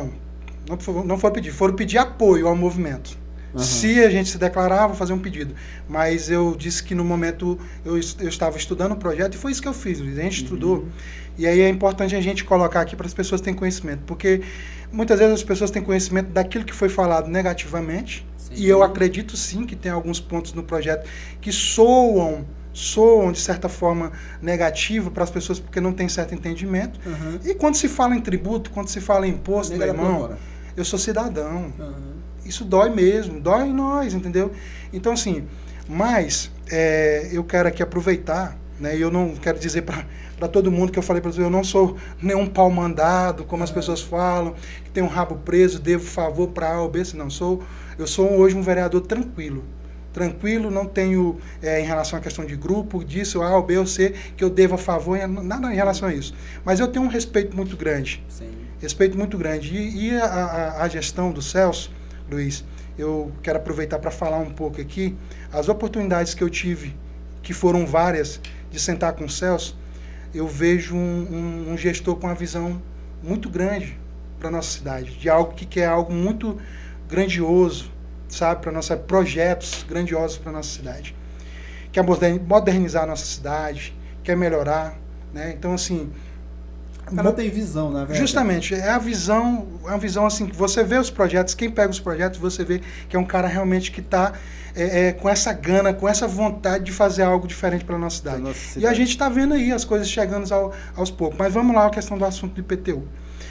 Não foi pedir. Foram pedir apoio ao movimento. Se a gente se declarava, fazer um pedido. Mas eu disse que no momento eu estava estudando o projeto e foi isso que eu fiz. A gente estudou. E aí é importante a gente colocar aqui para as pessoas terem conhecimento. Porque muitas vezes as pessoas têm conhecimento daquilo que foi falado negativamente. Sim. E eu acredito sim que tem alguns pontos no projeto que soam de certa forma negativo para as pessoas porque não tem certo entendimento. E quando se fala em tributo, quando se fala em imposto, meu irmão, eu sou cidadão. Isso dói mesmo, dói em nós, entendeu? Então, assim, mas eu quero aqui aproveitar, né? E eu não quero dizer para todo mundo que eu falei para vocês, eu não sou nenhum pau mandado, como as pessoas falam, que tem um rabo preso, devo favor para A ou B, não, eu sou hoje um vereador tranquilo, não tenho em relação à questão de grupo, disso, A ou B ou C, que eu devo a favor, nada em relação a isso. Mas eu tenho um respeito muito grande, respeito muito grande. E a gestão do Celso, Luiz, eu quero aproveitar para falar um pouco aqui, as oportunidades que eu tive, que foram várias, de sentar com o Celso, eu vejo um gestor com uma visão muito grande para a nossa cidade, de algo que é algo muito grandioso, sabe, para nossa projetos grandiosos para a nossa cidade. Quer modernizar a nossa cidade, quer melhorar, né? Então, assim, o cara tem visão, na verdade. Justamente, é uma visão assim, que você vê os projetos, quem pega os projetos, você vê que é um cara realmente que está com essa gana, com essa vontade de fazer algo diferente para a nossa cidade. E a gente está vendo aí as coisas chegando aos poucos. Mas vamos lá, a questão do assunto do IPTU.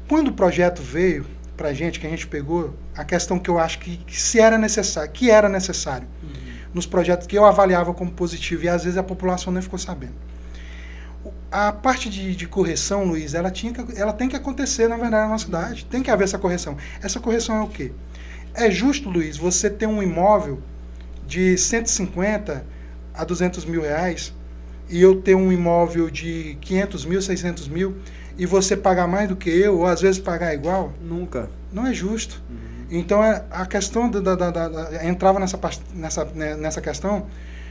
quando o projeto veio para a gente, que a gente pegou, a questão que eu acho que era necessário, nos projetos que eu avaliava como positivo, e às vezes a população nem ficou sabendo. A parte de correção, Luiz, ela tem que acontecer, na verdade, na nossa cidade. Tem que haver essa correção. Essa correção é o quê? É justo, Luiz, você ter um imóvel de 150 a 200 mil reais e eu ter um imóvel de 500 mil, 600 mil e você pagar mais do que eu, ou às vezes pagar igual? Nunca. Não é justo. Então, a questão entrava nessa questão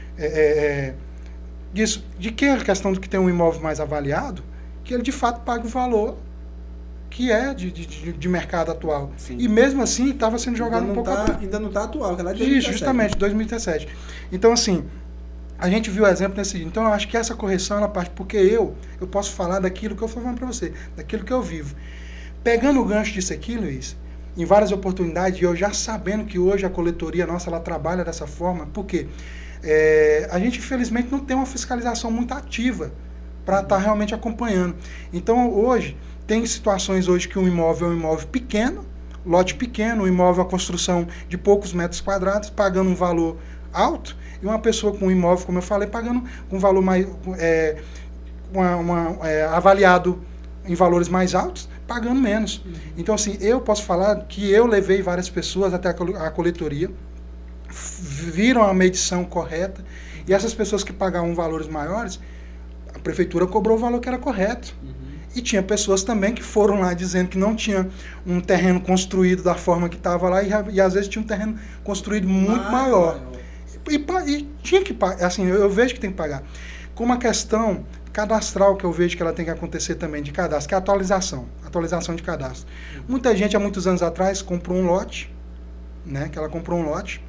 disso, de que a questão do que tem um imóvel mais avaliado, que ele de fato pague o valor que é de mercado atual. Sim. E mesmo assim estava sendo jogado um pouco... Ainda não está atual, que é lá de 2017. Justamente, 2017. Então, assim, a gente viu o exemplo nesse... Então, eu acho que essa correção, ela parte porque eu posso falar daquilo que eu estou falando para você, daquilo que eu vivo. Pegando o gancho disso aqui, Luiz, em várias oportunidades, e eu já sabendo que hoje a coletoria nossa, ela trabalha dessa forma, porque a gente, infelizmente, não tem uma fiscalização muito ativa para estar realmente acompanhando. Então, hoje... Tem situações hoje que um imóvel é um imóvel pequeno, lote pequeno, um imóvel, a construção de poucos metros quadrados, pagando um valor alto, e uma pessoa com um imóvel, como eu falei, pagando um valor mais avaliado em valores mais altos, pagando menos. Então, assim, eu posso falar que eu levei várias pessoas até a coletoria, viram a medição correta, e essas pessoas que pagavam valores maiores, a prefeitura cobrou o valor que era correto. E tinha pessoas também que foram lá dizendo que não tinha um terreno construído da forma que estava lá e às vezes tinha um terreno construído muito maior. E tinha que pagar, assim, eu vejo que tem que pagar. Com uma questão cadastral que eu vejo que ela tem que acontecer também de cadastro, que é a atualização de cadastro. Muita gente há muitos anos atrás comprou um lote, né, que ela comprou um lote,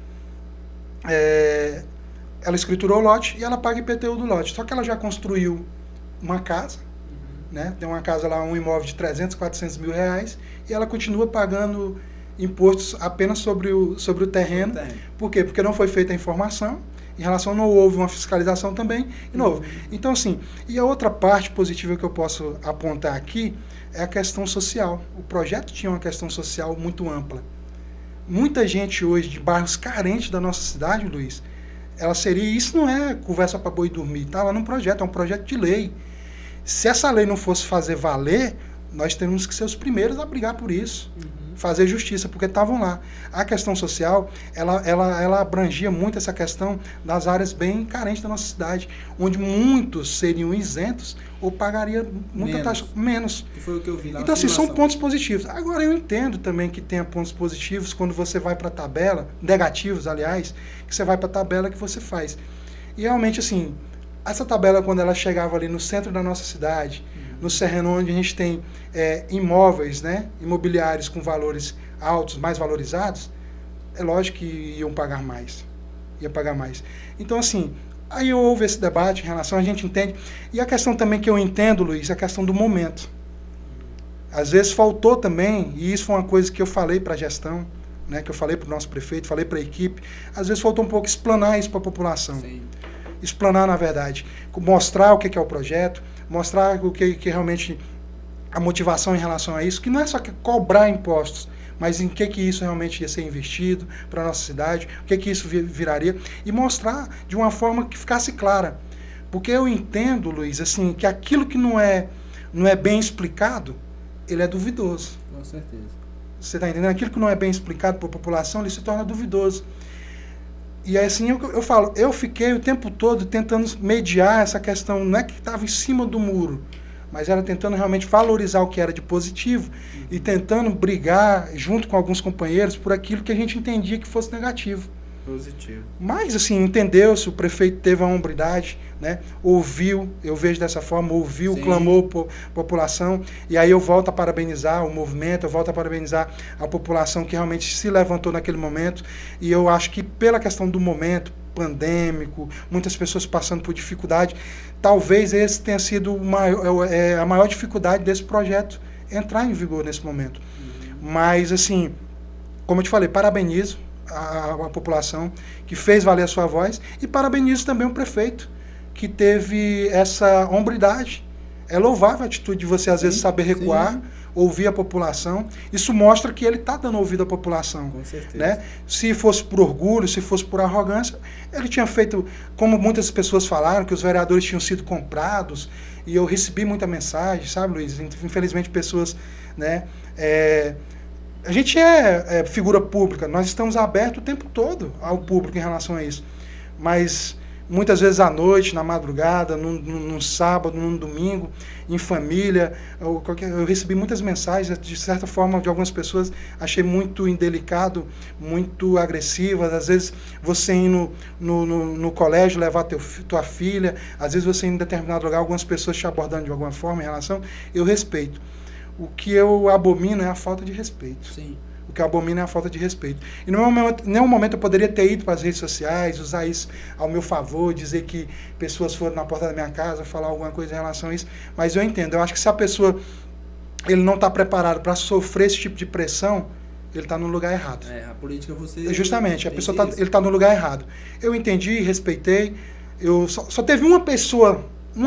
ela escriturou o lote e ela paga IPTU do lote. Só que ela já construiu uma casa, né? Tem uma casa lá, um imóvel de 300, 400 mil reais, e ela continua pagando impostos apenas sobre o terreno. Por quê? Porque não foi feita a informação, em relação, não houve uma fiscalização também, de novo. Então, assim, e a outra parte positiva que eu posso apontar aqui é a questão social. O projeto tinha uma questão social muito ampla. Muita gente hoje de bairros carentes da nossa cidade, Luiz, isso não é conversa para boi dormir, está lá no projeto, é um projeto de lei. Se essa lei não fosse fazer valer, nós temos que ser os primeiros a brigar por isso, fazer justiça, porque estavam lá. A questão social, ela abrangia muito essa questão das áreas bem carentes da nossa cidade, onde muitos seriam isentos ou pagariam muita taxa menos. Que foi o que eu vi lá. Então, assim, são pontos positivos. Agora, eu entendo também que tenha pontos positivos quando você vai para a tabela, negativos, aliás, que você vai para a tabela que você faz. E realmente, assim, essa tabela, quando ela chegava ali no centro da nossa cidade, no Serrano, onde a gente tem imóveis, né, imobiliários com valores altos, mais valorizados, é lógico que iam pagar mais. Então, assim, aí houve esse debate em relação, a gente entende. E a questão também que eu entendo, Luiz, é a questão do momento. Às vezes faltou também, e isso foi uma coisa que eu falei para a gestão, né, que eu falei para o nosso prefeito, falei para a equipe, às vezes faltou um pouco explanar isso para a população. Sim. Explanar, na verdade, mostrar o que é o projeto, mostrar o que realmente a motivação em relação a isso, que não é só cobrar impostos, mas em que isso realmente ia ser investido para a nossa cidade, o que isso viraria, e mostrar de uma forma que ficasse clara. Porque eu entendo, Luiz, assim, que aquilo que não é bem explicado, ele é duvidoso. Com certeza. Você está entendendo? Aquilo que não é bem explicado para a população, ele se torna duvidoso. E assim eu falo, eu fiquei o tempo todo tentando mediar essa questão, não é que estava em cima do muro, mas era tentando realmente valorizar o que era de positivo e tentando brigar junto com alguns companheiros por aquilo que a gente entendia que fosse negativo. Positivo. Mas, assim, entendeu-se, o prefeito teve a hombridade, né? Ouviu, eu vejo dessa forma, ouviu, Sim. Clamou por população, e aí eu volto a parabenizar o movimento, eu volto a parabenizar a população que realmente se levantou naquele momento, e eu acho que pela questão do momento pandêmico, muitas pessoas passando por dificuldade, talvez esse tenha sido a maior dificuldade desse projeto entrar em vigor nesse momento. Mas, assim, como eu te falei, parabenizo a população que fez valer a sua voz e parabenizo também o prefeito que teve essa hombridade. É louvável a atitude de você às vezes saber recuar, ouvir a população. Isso mostra que ele está dando ouvido à população. Com certeza. Né? Se fosse por orgulho, se fosse por arrogância, ele tinha feito, como muitas pessoas falaram, que os vereadores tinham sido comprados, e eu recebi muita mensagem, sabe, Luiz? Infelizmente, pessoas, né? A gente é figura pública, nós estamos abertos o tempo todo ao público em relação a isso. Mas muitas vezes à noite, na madrugada, num sábado, num domingo, em família, eu recebi muitas mensagens, de certa forma, de algumas pessoas, achei muito indelicado, muito agressivas. Às vezes você indo no colégio levar tua filha, às vezes você indo em determinado lugar, algumas pessoas te abordando de alguma forma em relação, eu respeito. O que eu abomino é a falta de respeito. Sim. O que eu abomino é a falta de respeito. E em nenhum momento eu poderia ter ido para as redes sociais, usar isso ao meu favor, dizer que pessoas foram na porta da minha casa, falar alguma coisa em relação a isso. Mas eu entendo, eu acho que se a pessoa ele não está preparado para sofrer esse tipo de pressão, ele está no lugar errado. A política você... Justamente, a pessoa ele está no lugar errado. Eu entendi, respeitei. Eu só teve uma pessoa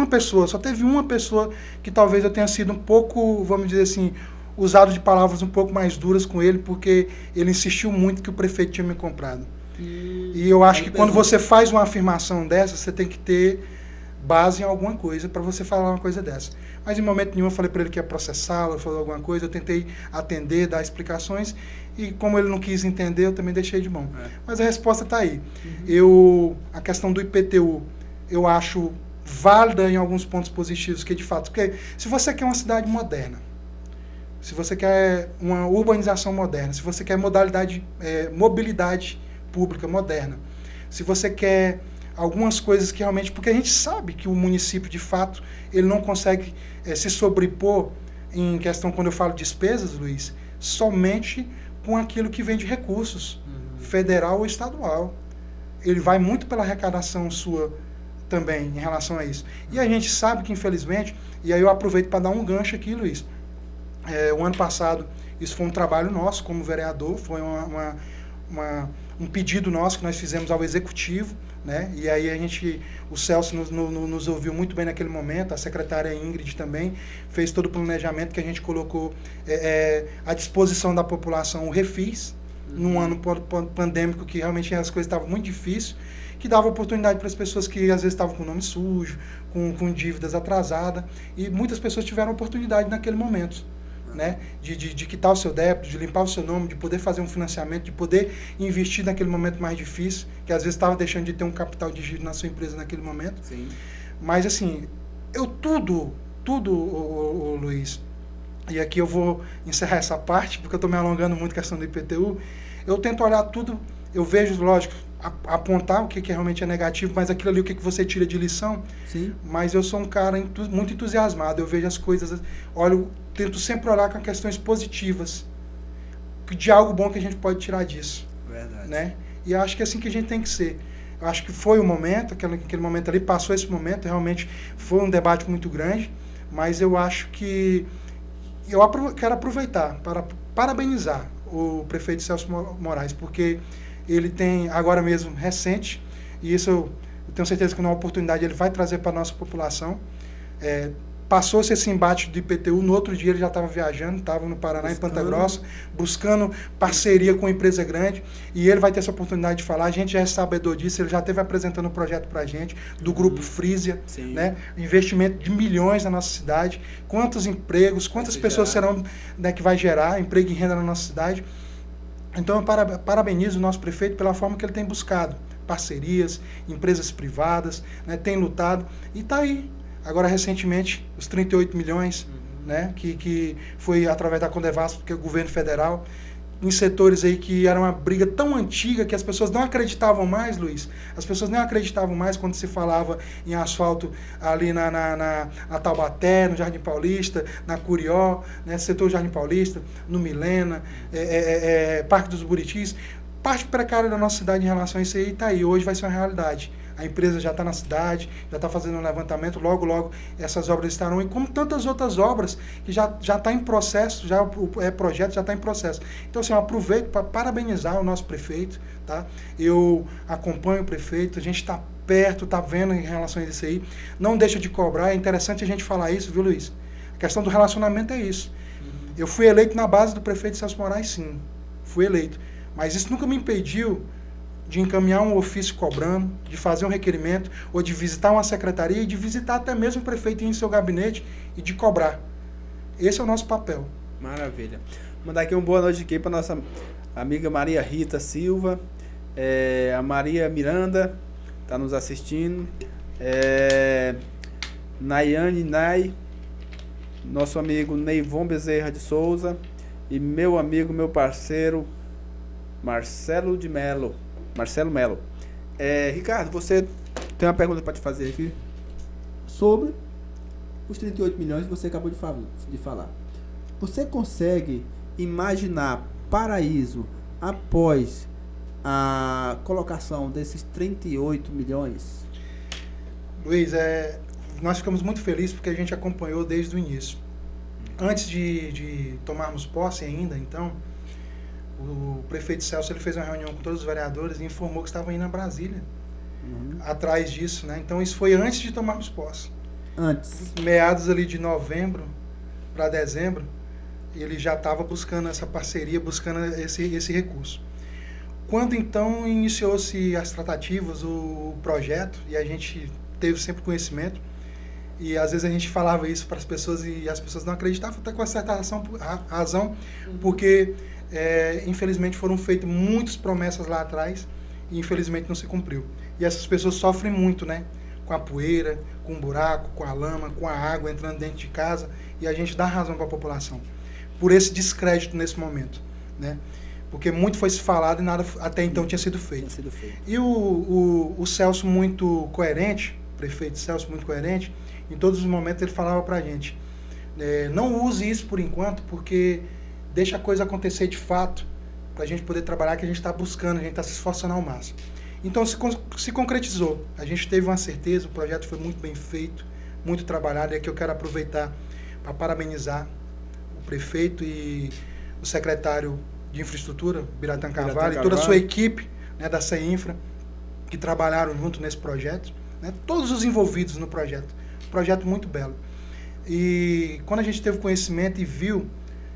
que talvez eu tenha sido um pouco, vamos dizer assim, usado de palavras um pouco mais duras com ele, porque ele insistiu muito que o prefeito tinha me comprado. E eu acho que quando você faz uma afirmação dessa, você tem que ter base em alguma coisa para você falar uma coisa dessa. Mas em momento nenhum eu falei para ele que ia processá-lo, falou alguma coisa, eu tentei atender, dar explicações, e como ele não quis entender, eu também deixei de mão. Mas a resposta está aí. A questão do IPTU, eu acho válida em alguns pontos positivos, que de fato, porque se você quer uma cidade moderna, se você quer uma urbanização moderna, se você quer mobilidade pública moderna, se você quer algumas coisas que realmente... Porque a gente sabe que o município, de fato, ele não consegue se sobrepor em questão, quando eu falo despesas, Luiz, somente com aquilo que vem de recursos, federal ou estadual. Ele vai muito pela arrecadação sua também em relação a isso. E a gente sabe que, infelizmente, e aí eu aproveito para dar um gancho aqui, Luiz, o ano passado, isso foi um trabalho nosso como vereador, foi um pedido nosso que nós fizemos ao executivo, né? E aí o Celso nos ouviu muito bem naquele momento, a secretária Ingrid também fez todo o planejamento que a gente colocou à disposição da população, o Refis, num ano pandêmico que realmente as coisas estavam muito difíceis, que dava oportunidade para as pessoas que às vezes estavam com nome sujo, com dívidas atrasadas, e muitas pessoas tiveram oportunidade naquele momento, né, de quitar o seu débito, de limpar o seu nome, de poder fazer um financiamento, de poder investir naquele momento mais difícil, que às vezes estava deixando de ter um capital de giro na sua empresa naquele momento. Sim. Mas assim, Luiz, e aqui eu vou encerrar essa parte, porque eu estou me alongando muito com a questão do IPTU, eu tento olhar tudo, eu vejo, lógico, apontar o que realmente é negativo, mas aquilo ali, o que você tira de lição. Sim. Mas eu sou um cara muito entusiasmado, eu vejo as coisas, tento sempre olhar com questões positivas, de algo bom que a gente pode tirar disso. Verdade. Né? E acho que é assim que a gente tem que ser. Eu acho que foi o momento, aquele momento ali, passou esse momento, realmente foi um debate muito grande, mas eu acho que quero aproveitar para parabenizar o prefeito Celso Moraes, porque ele tem, agora mesmo, recente, e isso eu tenho certeza que numa oportunidade ele vai trazer para a nossa população. Passou-se esse embate do IPTU, no outro dia ele já estava viajando, estava no Paraná, em Ponta Grossa, buscando parceria com uma empresa grande, e ele vai ter essa oportunidade de falar. A gente já é sabedor disso, ele já esteve apresentando um projeto para a gente, do Grupo Frisia, né? Investimento de milhões na nossa cidade, quantos empregos, quantas pessoas serão, né, que vai gerar emprego e renda na nossa cidade. Então eu parabenizo o nosso prefeito pela forma que ele tem buscado parcerias, empresas privadas, né, tem lutado, e está aí. Agora, recentemente, os 38 milhões, né, que foi através da Condevasf, que é o governo federal, em setores aí que era uma briga tão antiga que as pessoas não acreditavam mais, Luiz. As pessoas não acreditavam mais quando se falava em asfalto ali na Taubaté, no Jardim Paulista, na Curió, né, setor Jardim Paulista, no Milena, Parque dos Buritis. Parte precária da nossa cidade em relação a isso aí está aí. Hoje vai ser uma realidade. A empresa já está na cidade, já está fazendo um levantamento, logo essas obras estarão, e como tantas outras obras que já está em processo, o projeto já está em processo. Então, assim, eu aproveito para parabenizar o nosso prefeito, tá? Eu acompanho o prefeito, a gente está perto, está vendo em relação a isso aí, não deixa de cobrar, é interessante a gente falar isso, viu, Luiz? A questão do relacionamento é isso. Eu fui eleito na base do prefeito Celso Moraes, sim. Fui eleito. Mas isso nunca me impediu de encaminhar um ofício cobrando, de fazer um requerimento, ou de visitar uma secretaria e de visitar até mesmo o prefeito em seu gabinete e de cobrar. Esse é o nosso papel. Maravilha. Mandar aqui uma boa noite aqui para nossa amiga Maria Rita Silva, a Maria Miranda está nos assistindo, Nayane Nay, nosso amigo Neivon Bezerra de Souza e meu amigo, meu parceiro Marcelo Melo. Ricardo, você tem uma pergunta para te fazer aqui sobre os 38 milhões que você acabou de falar. Você consegue imaginar Paraíso após a colocação desses 38 milhões? Luiz, nós ficamos muito felizes porque a gente acompanhou desde o início. Antes de tomarmos posse ainda, então, o prefeito Celso ele fez uma reunião com todos os vereadores e informou que estava indo a Brasília atrás disso, né? Então isso foi antes de tomarmos posse. Antes. Meados ali de novembro para dezembro, ele já estava buscando essa parceria, buscando esse recurso. Quando então iniciou-se as tratativas, o projeto, e a gente teve sempre conhecimento, e às vezes a gente falava isso para as pessoas e as pessoas não acreditavam, até com uma certa razão, porque infelizmente foram feitas muitas promessas lá atrás e infelizmente não se cumpriu. E essas pessoas sofrem muito, né? Com a poeira, com o buraco, com a lama, com a água entrando dentro de casa, e a gente dá razão para a população por esse descrédito nesse momento, né? Porque muito foi se falado e nada até então tinha sido feito. E o Celso muito coerente, o prefeito Celso muito coerente, em todos os momentos ele falava pra gente, não use isso por enquanto, porque deixa a coisa acontecer de fato, pra gente poder trabalhar, que a gente está buscando, a gente está se esforçando ao máximo. Então se concretizou, a gente teve uma certeza, o projeto foi muito bem feito, muito trabalhado, e aqui eu quero aproveitar para parabenizar o prefeito e o secretário de Infraestrutura, Biratã Carvalho, e toda a sua equipe, né, da CEINFRA, que trabalharam junto nesse projeto, né, todos os envolvidos no projeto. Projeto muito belo. E quando a gente teve conhecimento e viu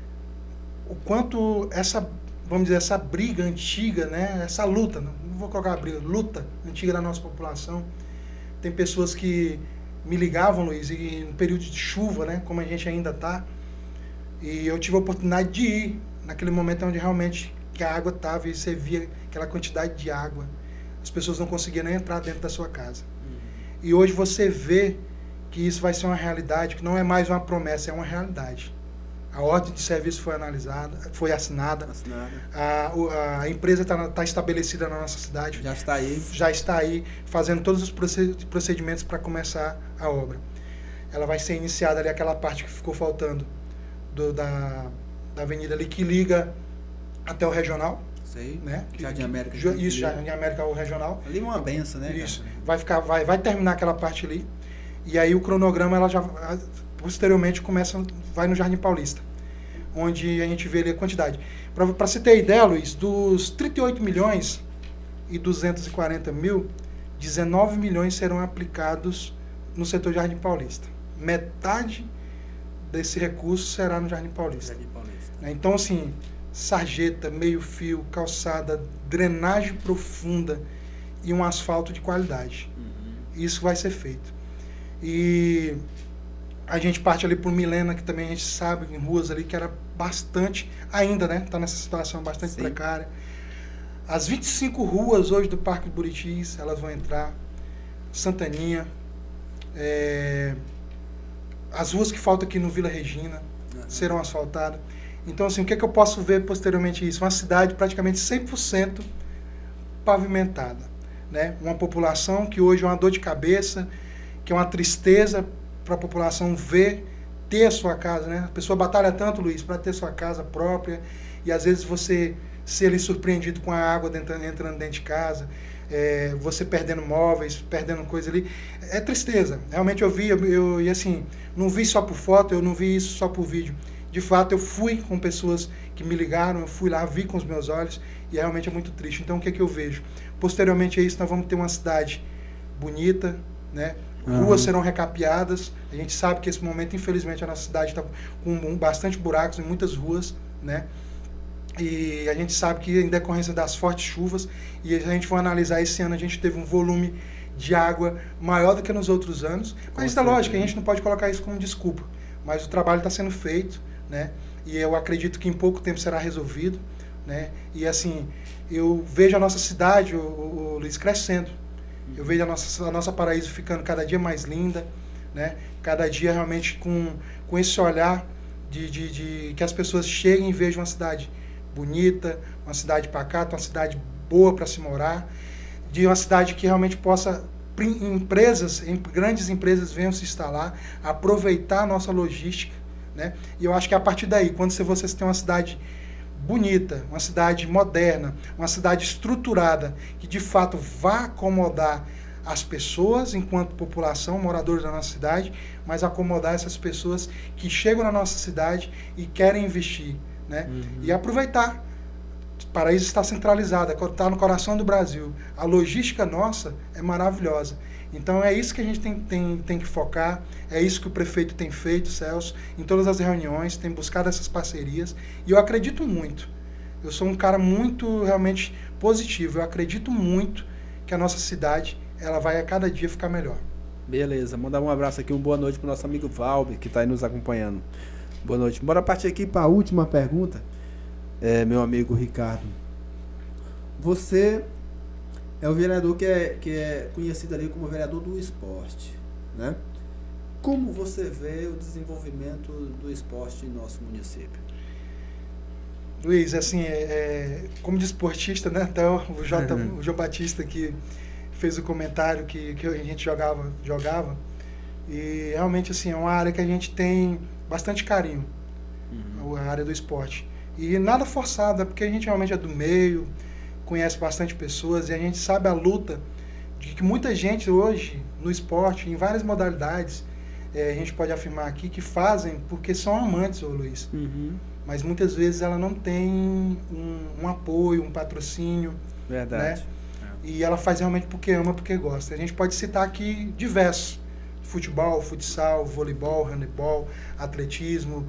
o quanto essa, vamos dizer, essa briga antiga, né, essa luta, não vou colocar a briga, luta antiga da nossa população, tem pessoas que me ligavam, Luiz, e no período de chuva, né, como a gente ainda está, e eu tive a oportunidade de ir naquele momento onde realmente que a água estava e você via aquela quantidade de água, as pessoas não conseguiam nem entrar dentro da sua casa. E hoje você vê que isso vai ser uma realidade, que não é mais uma promessa, é uma realidade. A ordem de serviço foi analisada, foi assinada. A empresa está estabelecida na nossa cidade. Já está aí, fazendo todos os procedimentos para começar a obra. Ela vai ser iniciada ali, aquela parte que ficou faltando da avenida ali, que liga até o regional. Sei, né? Jardim América. Isso, Jardim América ao regional. Ali é uma benção, né? Isso. Vai terminar aquela parte ali. E aí o cronograma, ela já posteriormente vai no Jardim Paulista, onde a gente vê ali a quantidade. Para você ter ideia, Luiz, dos 38 milhões e 240 mil, 19 milhões serão aplicados no setor Jardim Paulista. Metade desse recurso será no Jardim Paulista. Então, assim, sarjeta, meio-fio, calçada, drenagem profunda e um asfalto de qualidade. Isso vai ser feito. E a gente parte ali por Milena, que também a gente sabe, em ruas ali, que era bastante, ainda, né? Está nessa situação bastante precária. As 25 ruas hoje do Parque Buritis, elas vão entrar. Santaninha. As ruas que faltam aqui no Vila Regina serão asfaltadas. Então, assim, o que é que eu posso ver posteriormente isso? Uma cidade praticamente 100% pavimentada, né? Uma população que hoje é uma dor de cabeça, que é uma tristeza para a população ver, ter a sua casa, né? A pessoa batalha tanto, Luiz, para ter sua casa própria, e às vezes você ser ali surpreendido com a água entrando dentro de casa, você perdendo móveis, perdendo coisa ali, é tristeza. Realmente e assim, não vi só por foto, eu não vi isso só por vídeo. De fato, eu fui com pessoas que me ligaram, eu fui lá, vi com os meus olhos, e realmente é muito triste. Então, o que é que eu vejo? Posteriormente a isso, nós vamos ter uma cidade bonita, né? ruas serão recapeadas. A gente sabe que esse momento, infelizmente, a nossa cidade está com bastante buracos em muitas ruas, né? E a gente sabe que em decorrência das fortes chuvas, e a gente vai analisar esse ano, a gente teve um volume de água maior do que nos outros anos, mas é lógico, a gente não pode colocar isso como desculpa, mas o trabalho está sendo feito, né? E eu acredito que em pouco tempo será resolvido, né? E assim, eu vejo a nossa cidade, o Luiz, crescendo. Eu vejo a nossa Paraíso ficando cada dia mais linda, né? Cada dia realmente com esse olhar de que as pessoas cheguem e vejam uma cidade bonita, uma cidade pacata, uma cidade boa para se morar, de uma cidade que realmente possa, grandes empresas venham se instalar, aproveitar a nossa logística, né? E eu acho que a partir daí, quando vocês têm uma cidade bonita, uma cidade moderna, uma cidade estruturada, que de fato vá acomodar as pessoas enquanto população, moradores da nossa cidade, mas acomodar essas pessoas que chegam na nossa cidade e querem investir, né? E aproveitar. O Paraíso está centralizado, está no coração do Brasil. A logística nossa é maravilhosa. Então é isso que a gente tem que focar, é isso que o prefeito tem feito, Celso, em todas as reuniões, tem buscado essas parcerias, e eu acredito muito. Eu sou um cara muito, realmente, positivo. Eu acredito muito que a nossa cidade, ela vai a cada dia ficar melhor. Beleza, mandar um abraço aqui, uma boa noite para o nosso amigo Valber, que está aí nos acompanhando. Boa noite. Bora partir aqui para a última pergunta, meu amigo Ricardo. Você é o vereador que é conhecido ali como vereador do esporte, né? Como você vê o desenvolvimento do esporte em nosso município? Luiz, assim, como desportista, né? Até o João Batista que fez o comentário que a gente jogava, e realmente, assim, é uma área que a gente tem bastante carinho, a área do esporte. E nada forçado, é porque a gente realmente é do meio, conhece bastante pessoas, e a gente sabe a luta de que muita gente hoje no esporte, em várias modalidades, a gente pode afirmar aqui que fazem porque são amantes, ô Luiz. Mas muitas vezes ela não tem um apoio, um patrocínio. Verdade. Né? E ela faz realmente porque ama, porque gosta. A gente pode citar aqui diversos: futebol, futsal, voleibol, handebol, atletismo,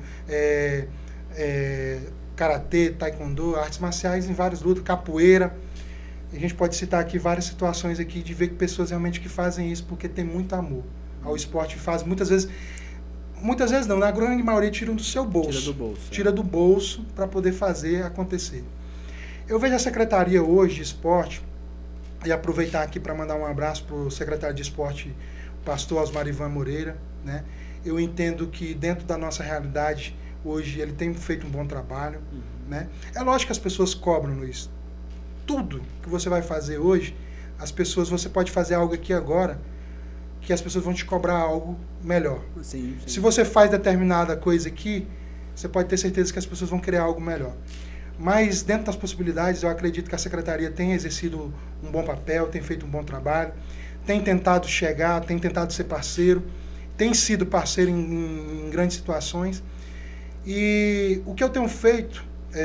karatê, taekwondo, artes marciais em vários lutas, capoeira. A gente pode citar aqui várias situações aqui de ver que pessoas realmente que fazem isso porque tem muito amor ao esporte, faz muitas vezes não, na grande maioria tiram do seu bolso. Tira do bolso para poder fazer acontecer. Eu vejo a Secretaria hoje de Esporte, e aproveitar aqui para mandar um abraço para o secretário de Esporte, pastor Osmarivan Moreira, né? Eu entendo que dentro da nossa realidade, hoje ele tem feito um bom trabalho, né? É lógico que as pessoas cobram, Luiz. Tudo que você vai fazer hoje, você pode fazer algo aqui agora, que as pessoas vão te cobrar algo melhor. Sim. Se você faz determinada coisa aqui, você pode ter certeza que as pessoas vão querer algo melhor. Mas dentro das possibilidades, eu acredito que a Secretaria tem exercido um bom papel, tem feito um bom trabalho, tem tentado chegar, tem tentado ser parceiro, tem sido parceiro em grandes situações. E o que eu tenho feito,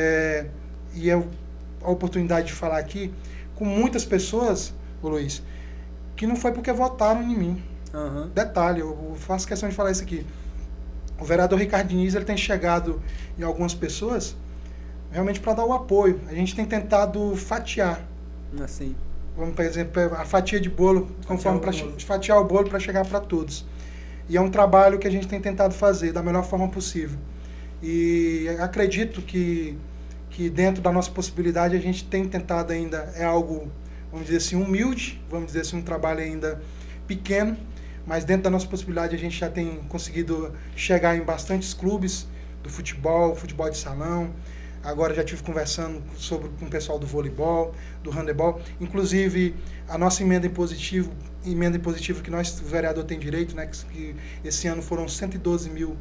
e é a oportunidade de falar aqui, com muitas pessoas, ô Luiz, que não foi porque votaram em mim. Detalhe, eu faço questão de falar isso aqui. O vereador Ricardo Diniz, ele tem chegado em algumas pessoas realmente para dar o apoio. A gente tem tentado fatiar. Assim. Vamos, por exemplo, a fatia de bolo, fatiar o bolo para chegar para todos. E é um trabalho que a gente tem tentado fazer da melhor forma possível. E acredito que dentro da nossa possibilidade a gente tem tentado ainda, é algo, vamos dizer assim, humilde, vamos dizer assim, um trabalho ainda pequeno, mas dentro da nossa possibilidade a gente já tem conseguido chegar em bastantes clubes do futebol de salão. Agora já estive conversando com o pessoal do voleibol, do handebol, inclusive a nossa emenda impositiva que nós, o vereador, tem direito, né, que esse ano foram R$112 mil.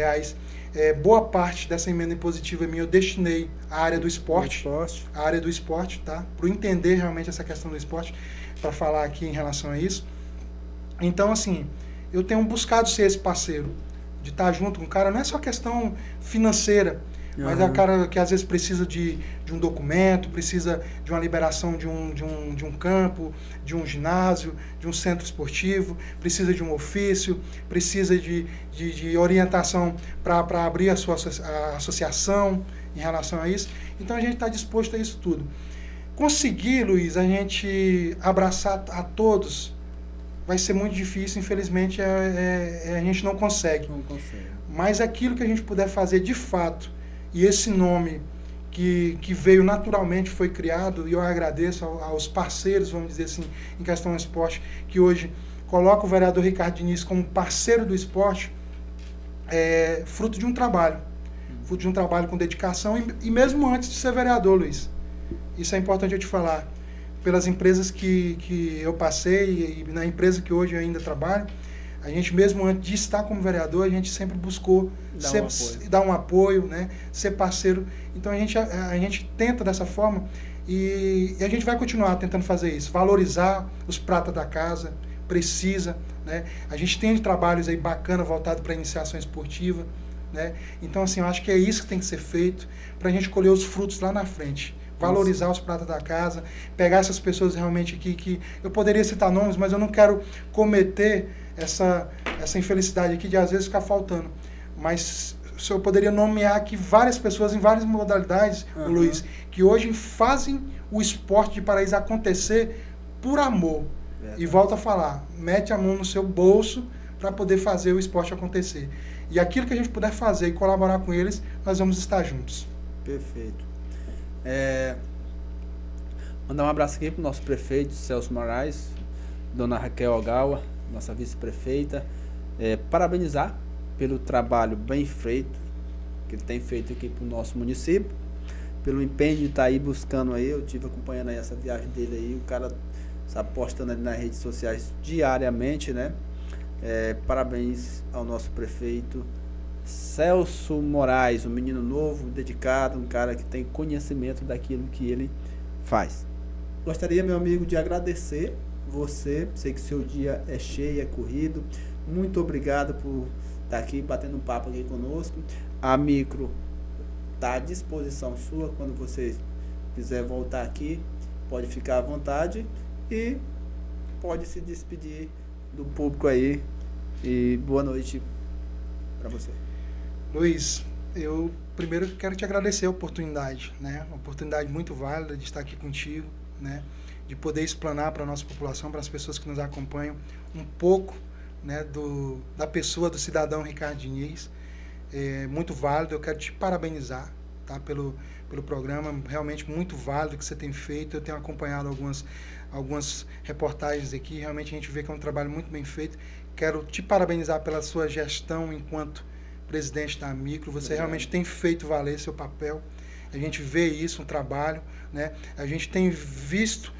Boa parte dessa emenda impositiva minha eu destinei à área do esporte. A área do esporte, tá? Para entender realmente essa questão do esporte, para falar aqui em relação a isso. Então, assim, eu tenho buscado ser esse parceiro, de estar junto com o cara. Não é só questão financeira, Mas é o cara que às vezes precisa de um documento, precisa de uma liberação de um campo, de um ginásio, de um centro esportivo, precisa de um ofício, precisa de orientação para abrir a sua associação em relação a isso. Então a gente está disposto a isso tudo. Conseguir, Luiz, a gente abraçar a todos vai ser muito difícil, infelizmente a gente não consegue. Não consegue. Mas aquilo que a gente puder fazer de fato, e esse nome que veio naturalmente, foi criado, e eu agradeço aos parceiros, vamos dizer assim, em questão do esporte, que hoje coloca o vereador Ricardo Diniz como parceiro do esporte, fruto de um trabalho com dedicação, e mesmo antes de ser vereador, Luiz. Isso é importante eu te falar. Pelas empresas que eu passei, e na empresa que hoje eu ainda trabalho, a gente mesmo antes de estar como vereador, a gente sempre buscou dar um apoio, né? Ser parceiro. Então a gente tenta dessa forma e a gente vai continuar tentando fazer isso. Valorizar os pratas da casa, precisa, né? A gente tem trabalhos aí bacana voltado para a iniciação esportiva, né? Então assim, eu acho que é isso que tem que ser feito para a gente colher os frutos lá na frente. Valorizar os pratas da casa, pegar essas pessoas realmente aqui, que eu poderia citar nomes, mas eu não quero cometer essa infelicidade aqui de às vezes ficar faltando. Mas eu poderia nomear aqui várias pessoas em várias modalidades, Luiz, que hoje fazem o esporte de Paraíso acontecer por amor. E volto a falar, mete a mão no seu bolso para poder fazer o esporte acontecer. E aquilo que a gente puder fazer e colaborar com eles, nós vamos estar juntos. Perfeito. Mandar um abraço aqui para o nosso prefeito Celso Moraes, dona Raquel Ogawa, nossa vice-prefeita, parabenizar pelo trabalho bem feito que ele tem feito aqui para o nosso município, pelo empenho de estar aí buscando aí. Eu estive acompanhando aí essa viagem dele aí, o cara está postando ali nas redes sociais diariamente, né? Parabéns ao nosso prefeito Celso Moraes, um menino novo, dedicado, um cara que tem conhecimento daquilo que ele faz. Gostaria, meu amigo, de agradecer você. Sei que seu dia é cheio, é corrido. Muito obrigado por estar aqui batendo um papo aqui conosco. A Micro está à disposição sua. Quando você quiser voltar aqui, pode ficar à vontade e pode se despedir do público aí. E boa noite para você. Luiz, eu primeiro quero te agradecer a oportunidade, né? Uma oportunidade muito válida de estar aqui contigo, né? De poder explanar para a nossa população, para as pessoas que nos acompanham, um pouco, né, da pessoa do cidadão Ricardo Diniz. Muito válido, eu quero te parabenizar, tá? Pelo programa, realmente muito válido que você tem feito. Eu tenho acompanhado algumas reportagens aqui, realmente a gente vê que é um trabalho muito bem feito. Quero te parabenizar pela sua gestão enquanto presidente da Micro. Você realmente tem feito valer seu papel. A gente vê isso, um trabalho, né? A gente tem visto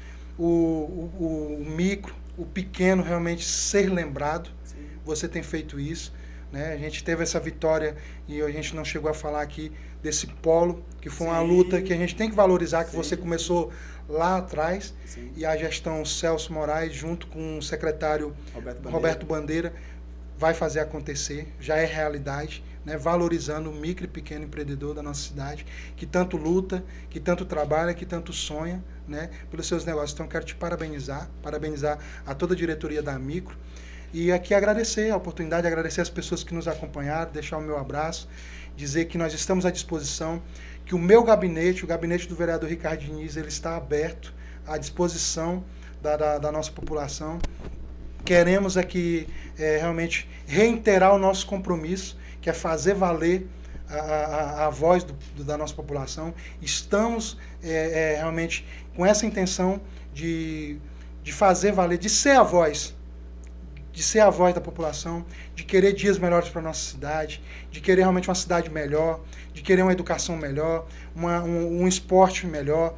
o micro, o pequeno realmente ser lembrado. Sim. Você tem feito isso, né? A gente teve essa vitória e a gente não chegou a falar aqui desse polo, que foi uma luta que a gente tem que valorizar, que você começou lá atrás. Sim. E a gestão Celso Moraes, junto com o secretário Roberto Bandeira, vai fazer acontecer, já é realidade, né? Valorizando o micro e pequeno empreendedor da nossa cidade, que tanto luta, que tanto trabalha, que tanto sonha, né, pelos seus negócios. Então, quero te parabenizar a toda a diretoria da Micro, e aqui agradecer a oportunidade, agradecer as pessoas que nos acompanharam, deixar o meu abraço, dizer que nós estamos à disposição, que o meu gabinete, o gabinete do vereador Ricardo Diniz, ele está aberto, à disposição da nossa população. Queremos aqui realmente reiterar o nosso compromisso, que é fazer valer a voz da nossa população. Estamos realmente com essa intenção de fazer valer, de ser a voz da população, de querer dias melhores para a nossa cidade, de querer realmente uma cidade melhor, de querer uma educação melhor, um esporte melhor,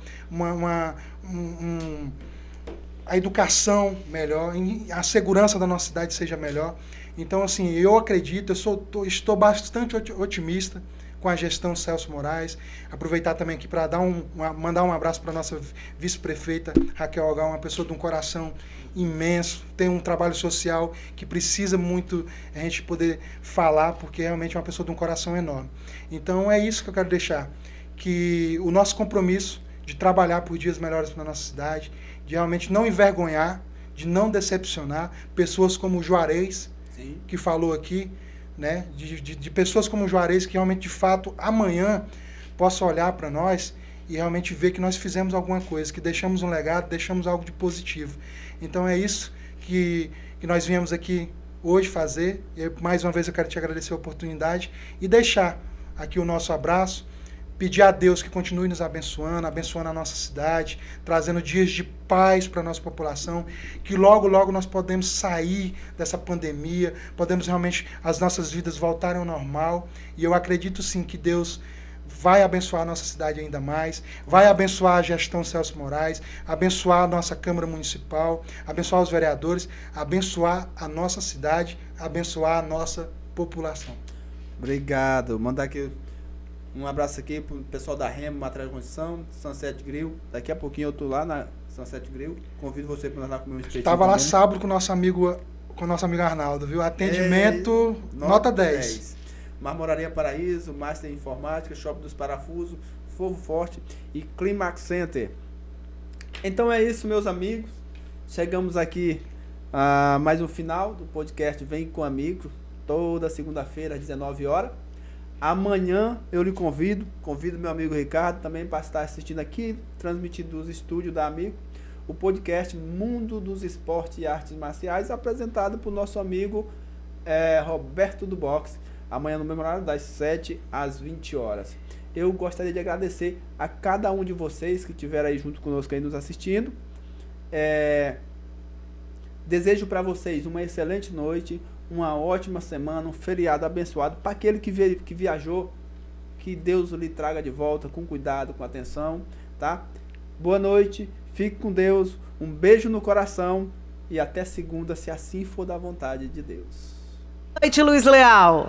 a educação melhor, a segurança da nossa cidade seja melhor. Então, assim, eu acredito, estou bastante otimista com a gestão Celso Moraes. Aproveitar também aqui para mandar um abraço para a nossa vice-prefeita Raquel Algal, uma pessoa de um coração imenso, tem um trabalho social que precisa muito a gente poder falar, porque realmente é uma pessoa de um coração enorme. Então é isso que eu quero deixar, que o nosso compromisso de trabalhar por dias melhores para a nossa cidade, de realmente não envergonhar, de não decepcionar pessoas como o Juarez, sim, que falou aqui, né, de pessoas como o Juarez que realmente, de fato, amanhã possa olhar para nós e realmente ver que nós fizemos alguma coisa, que deixamos um legado, deixamos algo de positivo. Então é isso que nós viemos aqui hoje fazer. E mais uma vez eu quero te agradecer a oportunidade e deixar aqui o nosso abraço, pedir a Deus que continue nos abençoando, abençoando a nossa cidade, trazendo dias de paz para a nossa população, que logo, logo nós podemos sair dessa pandemia, podemos realmente, as nossas vidas voltarem ao normal. E eu acredito sim que Deus vai abençoar a nossa cidade ainda mais, vai abençoar a gestão Celso Moraes, abençoar a nossa Câmara Municipal, abençoar os vereadores, abençoar a nossa cidade, abençoar a nossa população. Obrigado. Mandar aqui um abraço aqui pro pessoal da Remo, Materiais de Construção, Sunset Grill. Daqui a pouquinho eu tô lá na Sunset Grill. Convido você para lá comer um espetinho. Estava lá sábado com o nosso amigo Arnaldo, viu? Atendimento nota 10. Marmoraria Paraíso, Master Informática, Shopping dos Parafusos, Forro Forte e Climax Center. Então é isso, meus amigos. Chegamos aqui a mais um final do podcast Vem com Amigo, toda segunda-feira às 19 horas. Amanhã eu lhe convido meu amigo Ricardo também para estar assistindo aqui, transmitido dos estúdios da Amigo, o podcast Mundo dos Esportes e Artes Marciais, apresentado por nosso amigo Roberto do Boxe. Amanhã no mesmo horário, das 7 às 20 horas. Eu gostaria de agradecer a cada um de vocês que estiver aí junto conosco aí nos assistindo. Desejo para vocês uma excelente noite, uma ótima semana, um feriado abençoado. Para aquele que viajou, que Deus lhe traga de volta com cuidado, com atenção, tá? Boa noite, fique com Deus, um beijo no coração e até segunda, se assim for da vontade de Deus. Boa noite, Luiz Leal.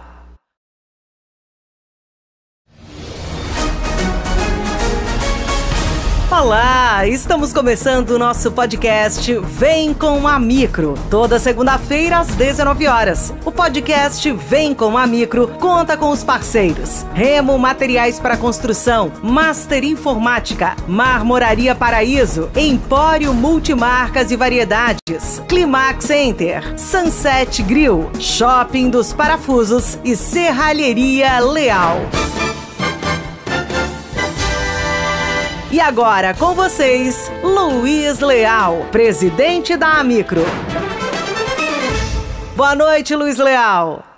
Olá, estamos começando o nosso podcast Vem com a Micro, toda segunda-feira às 19 horas. O podcast Vem com a Micro conta com os parceiros: Remo Materiais para Construção, Master Informática, Marmoraria Paraíso, Empório Multimarcas e Variedades, Climax Center, Sunset Grill, Shopping dos Parafusos e Serralheria Leal. E agora com vocês, Luiz Leal, presidente da Amicro. Boa noite, Luiz Leal.